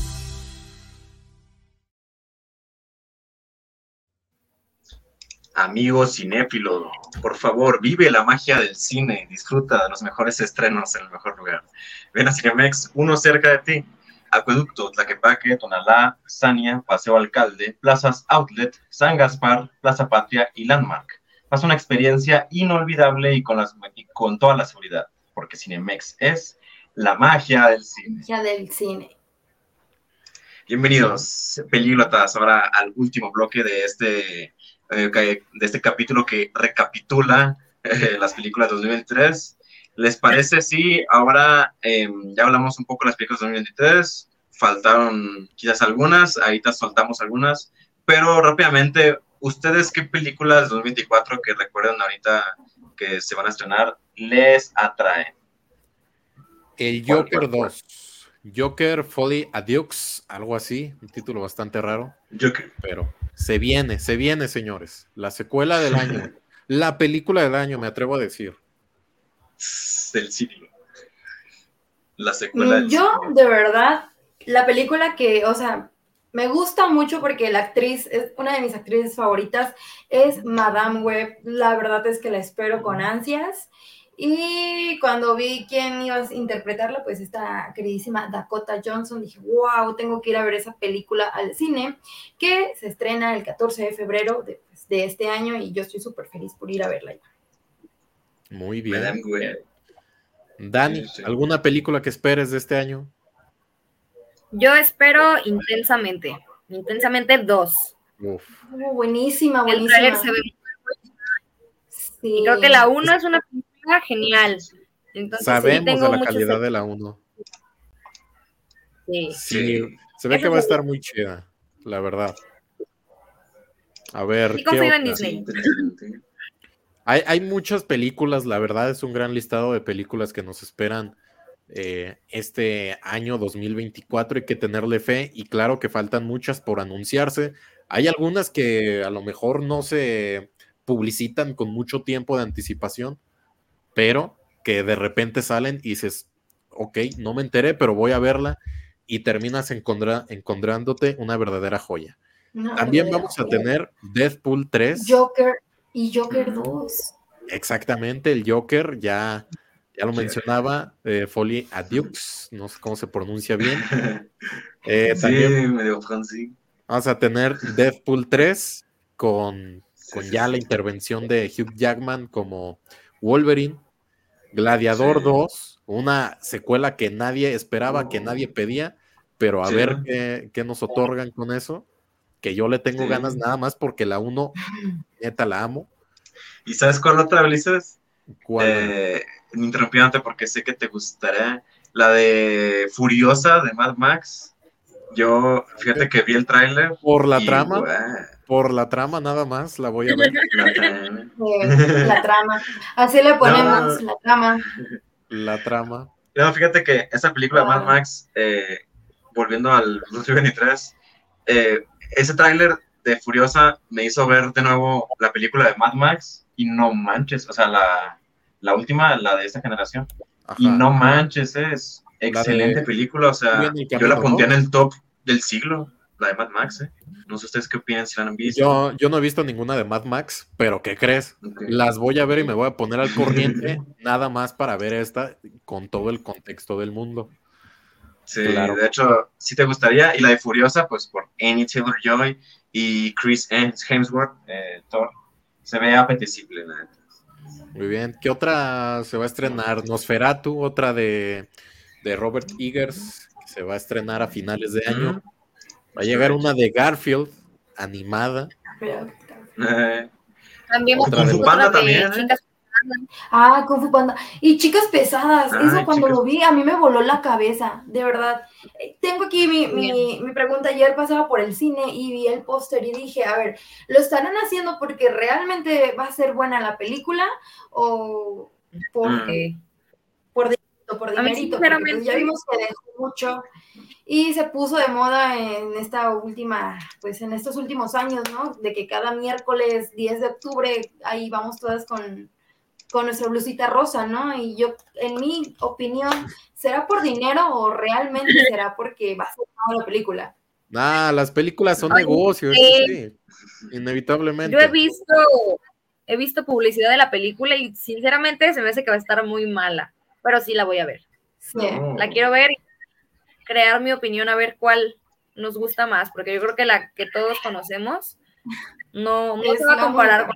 Amigo cinéfilo, por favor, vive la magia del cine, disfruta de los mejores estrenos en el mejor lugar. Ven a Cinemex, uno cerca de ti. Acueducto, Tlaquepaque, Tonalá, Sania, Paseo Alcalde, Plazas Outlet, San Gaspar, Plaza Patria y Landmark. Pasa una experiencia inolvidable y con toda la seguridad, porque Cinemex es la magia del cine. Magia del cine. Bienvenidos, pelíglotas, ahora al último bloque de este capítulo que recapitula las películas de 2023. ¿Les parece si ahora ya hablamos un poco de las películas de 2023? Faltaron quizás algunas, ahorita soltamos algunas, pero rápidamente, ¿ustedes qué películas de 2024 que recuerdan ahorita que se van a estrenar les atraen? El Joker 2. Joker Folie à Deux, algo así, un título bastante raro. Joker. Pero se viene, señores. La secuela del año. La película del año, me atrevo a decir. Del cine. La secuela del Yo, cine. de verdad, la película que, o sea, me gusta mucho porque la actriz, es una de mis actrices favoritas, es Madame Web. La verdad es que la espero con ansias. Y cuando vi quién iba a interpretarla, pues esta queridísima Dakota Johnson, dije, wow, tengo que ir a ver esa película al cine, que se estrena el 14 de febrero de este año, y yo estoy súper feliz por ir a verla ya. Muy bien. Madame Web. Dani, ¿alguna película que esperes de este año? Yo espero Intensamente 2. Uf. Buenísima, El trailer se ve muy sí. Y creo que la 1 es una película genial. Entonces, sabemos sí, tengo de la calidad de la 1. Sí. Sí, se ve que va a estar muy chida, la verdad. A ver, sí, confío en Disney. Hay muchas películas, la verdad es un gran listado de películas que nos esperan este año 2024, hay que tenerle fe, y claro que faltan muchas por anunciarse. Hay algunas que a lo mejor no se publicitan con mucho tiempo de anticipación, pero que de repente salen y dices, ok, no me enteré, pero voy a verla, y terminas encontrándote una verdadera joya. También vamos a tener Deadpool 3. Joker y Joker 2. Exactamente, el Joker, ya lo mencionaba, Folie à Deux, no sé cómo se pronuncia bien. También medio francés. vamos a tener Deadpool 3 con ya la intervención de Hugh Jackman como Wolverine. Gladiador 2, una secuela que nadie esperaba, que nadie pedía, pero a ver qué nos otorgan con eso, que yo le tengo ganas nada más porque la 1, neta, la amo. ¿Y sabes cuál otra, Ulises? ¿Cuál? Interrumpiéndote porque sé que te gustará la de Furiosa de Mad Max. Yo, fíjate que vi el tráiler. Por la trama. Por la trama nada más la voy a ver. La trama. Así le ponemos, la trama. La trama. No, fíjate que esa película de Mad Max, volviendo al 2023, ese tráiler de Furiosa me hizo ver de nuevo la película de Mad Max y no manches, o sea, la última, la de esta generación. Ajá. Y no manches, es excelente película, o sea, yo la pondría en el top del siglo, la de Mad Max, No sé ustedes qué opinan, si la han visto. Yo no he visto ninguna de Mad Max, pero ¿qué crees? Okay. Las voy a ver y me voy a poner al corriente nada más para ver esta con todo el contexto del mundo. Sí, claro. De hecho, sí te gustaría. Y la de Furiosa, pues por Anya Taylor-Joy y Chris Hemsworth, Thor, se ve apetecible, ¿no? Muy bien. ¿Qué otra se va a estrenar? Nosferatu, otra de Robert Eggers, que se va a estrenar a finales de año. Va a llegar una de Garfield, animada. También Kung Fu Panda también. Kung Fu Panda. Y Chicas Pesadas. Eso cuando lo vi, a mí me voló la cabeza, de verdad. Tengo aquí mi pregunta. Ayer pasaba por el cine y vi el póster y dije, a ver, ¿lo estarán haciendo porque realmente va a ser buena la película o por dinerito? Porque pues ya vimos que dejó mucho y se puso de moda en en estos últimos años, ¿no? De que cada miércoles 10 de octubre ahí vamos todas con nuestra blusita rosa, ¿no? Y yo, en mi opinión, ¿será por dinero o realmente será porque va a ser una película? Las películas son negocios, sí, inevitablemente. Yo he visto publicidad de la película y sinceramente se me hace que va a estar muy mala, pero sí la voy a ver. Sí. La quiero ver y crear mi opinión a ver cuál nos gusta más, porque yo creo que la que todos conocemos no se va a comparar con...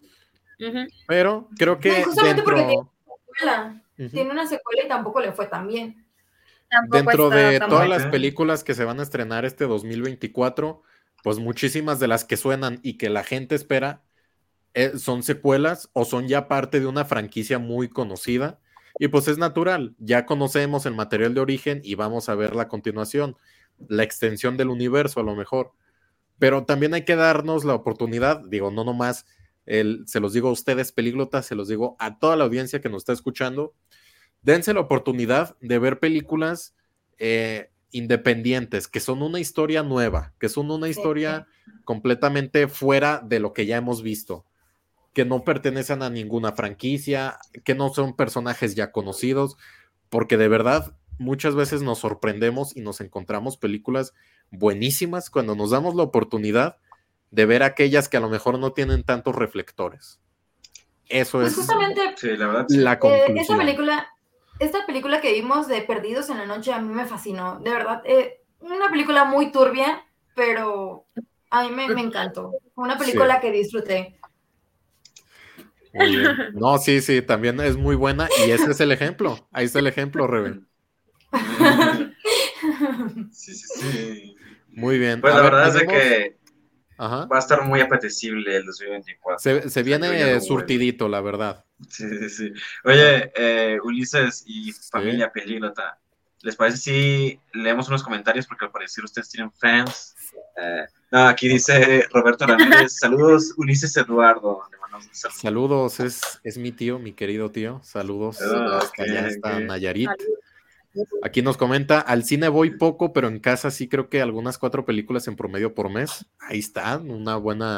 Pero creo que justamente porque tiene una secuela y tampoco le fue tan bien. Dentro de todas las películas que se van a estrenar este 2024, pues muchísimas de las que suenan y que la gente espera son secuelas o son ya parte de una franquicia muy conocida, y pues es natural, ya conocemos el material de origen y vamos a ver la continuación, la extensión del universo a lo mejor, pero también hay que darnos la oportunidad, digo, no nomás se los digo a ustedes, pelíglotas, se los digo a toda la audiencia que nos está escuchando, dense la oportunidad de ver películas independientes, que son una historia nueva, que son una historia completamente fuera de lo que ya hemos visto, que no pertenecen a ninguna franquicia, que no son personajes ya conocidos, porque de verdad muchas veces nos sorprendemos y nos encontramos películas buenísimas cuando nos damos la oportunidad de ver aquellas que a lo mejor no tienen tantos reflectores. Eso pues es justamente la conclusión. Esta película que vimos de Perdidos en la Noche a mí me fascinó, de verdad. Una película muy turbia, pero a mí me encantó. Una película que disfruté. Muy bien. No, sí, también es muy buena y ese es el ejemplo. Ahí está el ejemplo, Rebe. Sí. Muy bien. Pues la verdad es de que va a estar muy apetecible el 2024. Se viene surtidito, la verdad. Sí. Oye, Ulises y familia pelíglota, ¿les parece si leemos unos comentarios? Porque al parecer ustedes tienen fans. Aquí dice Roberto Ramírez, saludos Ulises Eduardo. Saludos, es mi tío, mi querido tío. Saludos. Allá está Nayarit. Aquí nos comenta, al cine voy poco, pero en casa sí creo que algunas 4 películas en promedio por mes. Ahí está, un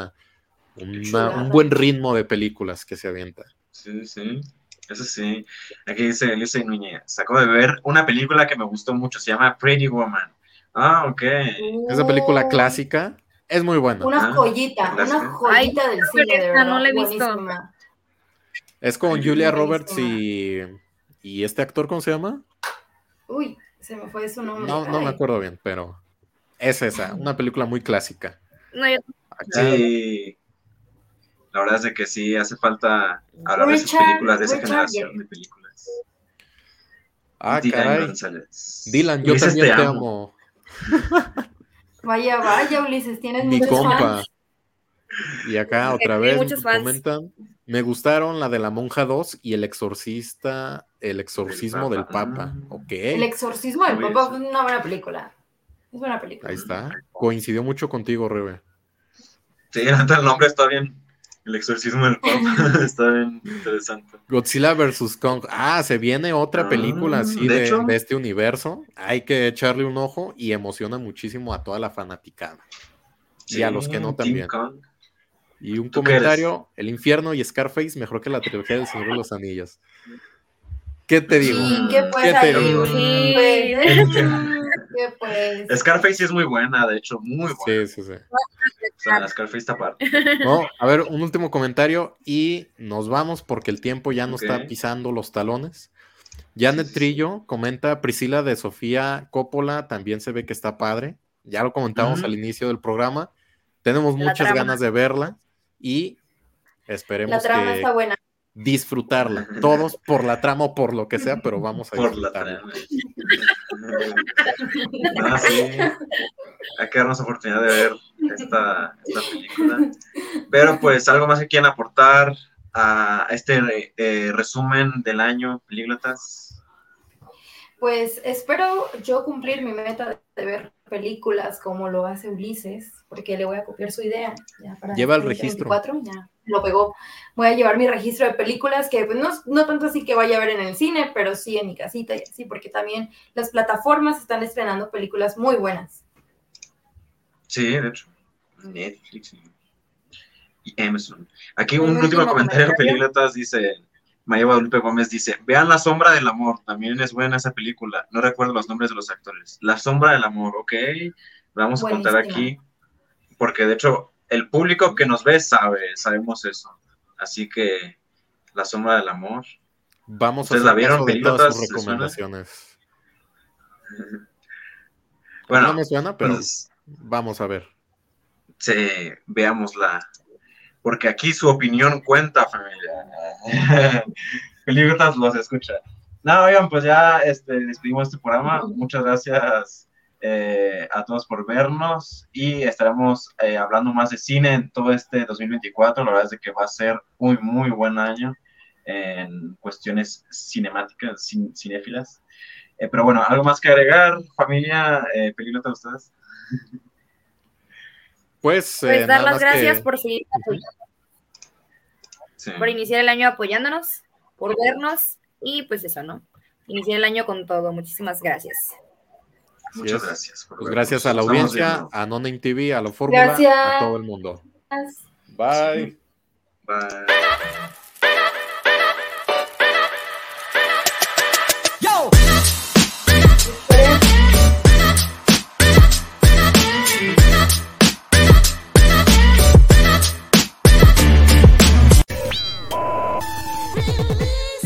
buen ritmo de películas que se avienta. Sí, eso sí. Aquí dice Elisa Núñez, sacó de ver una película que me gustó mucho, se llama Pretty Woman. Ok. Esa película clásica es muy buena. Una joyita del cine, de verdad. No la he visto. Es con Julia Roberts y este actor, ¿cómo se llama? Uy, se me fue su nombre. No me acuerdo bien, pero es esa, una película muy clásica. Sí, la verdad es de que sí hace falta hablar de esas películas, de esa generación de películas. Caray. Dylan, yo Ulises, también te amo. Vaya, Ulises, tienes mi muchos compa. fans. Y acá otra vez muchos fans. comentan, me gustaron la de la Monja 2 y el exorcismo del Papa. Ok. El exorcismo del Papa fue una buena película. Es buena película. Ahí está. Coincidió mucho contigo, Rebe. Sí, el nombre está bien. El exorcismo del Papa está bien interesante. Godzilla vs. Kong. Se viene otra película así de este universo. Hay que echarle un ojo y emociona muchísimo a toda la fanaticada. Sí, y a los que no también. Y un comentario, El Infierno y Scarface mejor que la trilogía del Señor de los Anillos. ¿Qué te digo? Sí, ¿qué te digo? ¿Qué pues? Scarface sí es muy buena, de hecho, muy buena. Sí. O sea, Scarface está aparte. No, a ver, un último comentario y nos vamos porque el tiempo ya nos está pisando los talones. Janet Trillo comenta, Priscila de Sofía Coppola también se ve que está padre. Ya lo comentábamos al inicio del programa. Tenemos muchas ganas de verla y esperemos la trama está buena. Disfrutarla. Todos por la trama o por lo que sea, pero vamos a disfrutarla. Sí. Hay que darnos oportunidad de ver esta película. Pero pues, ¿algo más que quieran aportar a este resumen del año, películas? Pues espero yo cumplir mi meta de ver películas como lo hace Ulises, porque le voy a copiar su idea. Ya para lleva el registro. 24, ya lo pegó. Voy a llevar mi registro de películas que pues, no tanto así que vaya a ver en el cine, pero sí en mi casita y así, porque también las plataformas están estrenando películas muy buenas. Sí, de hecho. Netflix y Amazon. Aquí un último comentario de películas dice... Maya Guadalupe Gómez dice, vean La Sombra del Amor, también es buena esa película, no recuerdo los nombres de los actores. La Sombra del Amor, ok, vamos a contar aquí, porque de hecho el público que nos ve sabemos eso, así que La Sombra del Amor. Vamos a hacer caso de todas sus recomendaciones. Bueno, no me suena, pero vamos a ver. Sí, veámosla. Porque aquí su opinión cuenta, familia. Películas los escucha. No, oigan, pues ya despedimos este programa. Muchas gracias a todos por vernos y estaremos hablando más de cine en todo este 2024. La verdad es de que va a ser muy, muy buen año en cuestiones cinemáticas, cinéfilas. Pero bueno, ¿algo más que agregar, familia? Películas de ustedes. Pues dar las gracias por seguir por iniciar el año apoyándonos, por vernos y pues eso, ¿no? Iniciar el año con todo. Muchísimas gracias. Muchas gracias. Pues gracias a la audiencia, a No-Name TV, a La Fórmula, a todo el mundo. Bye. Bye. Yo!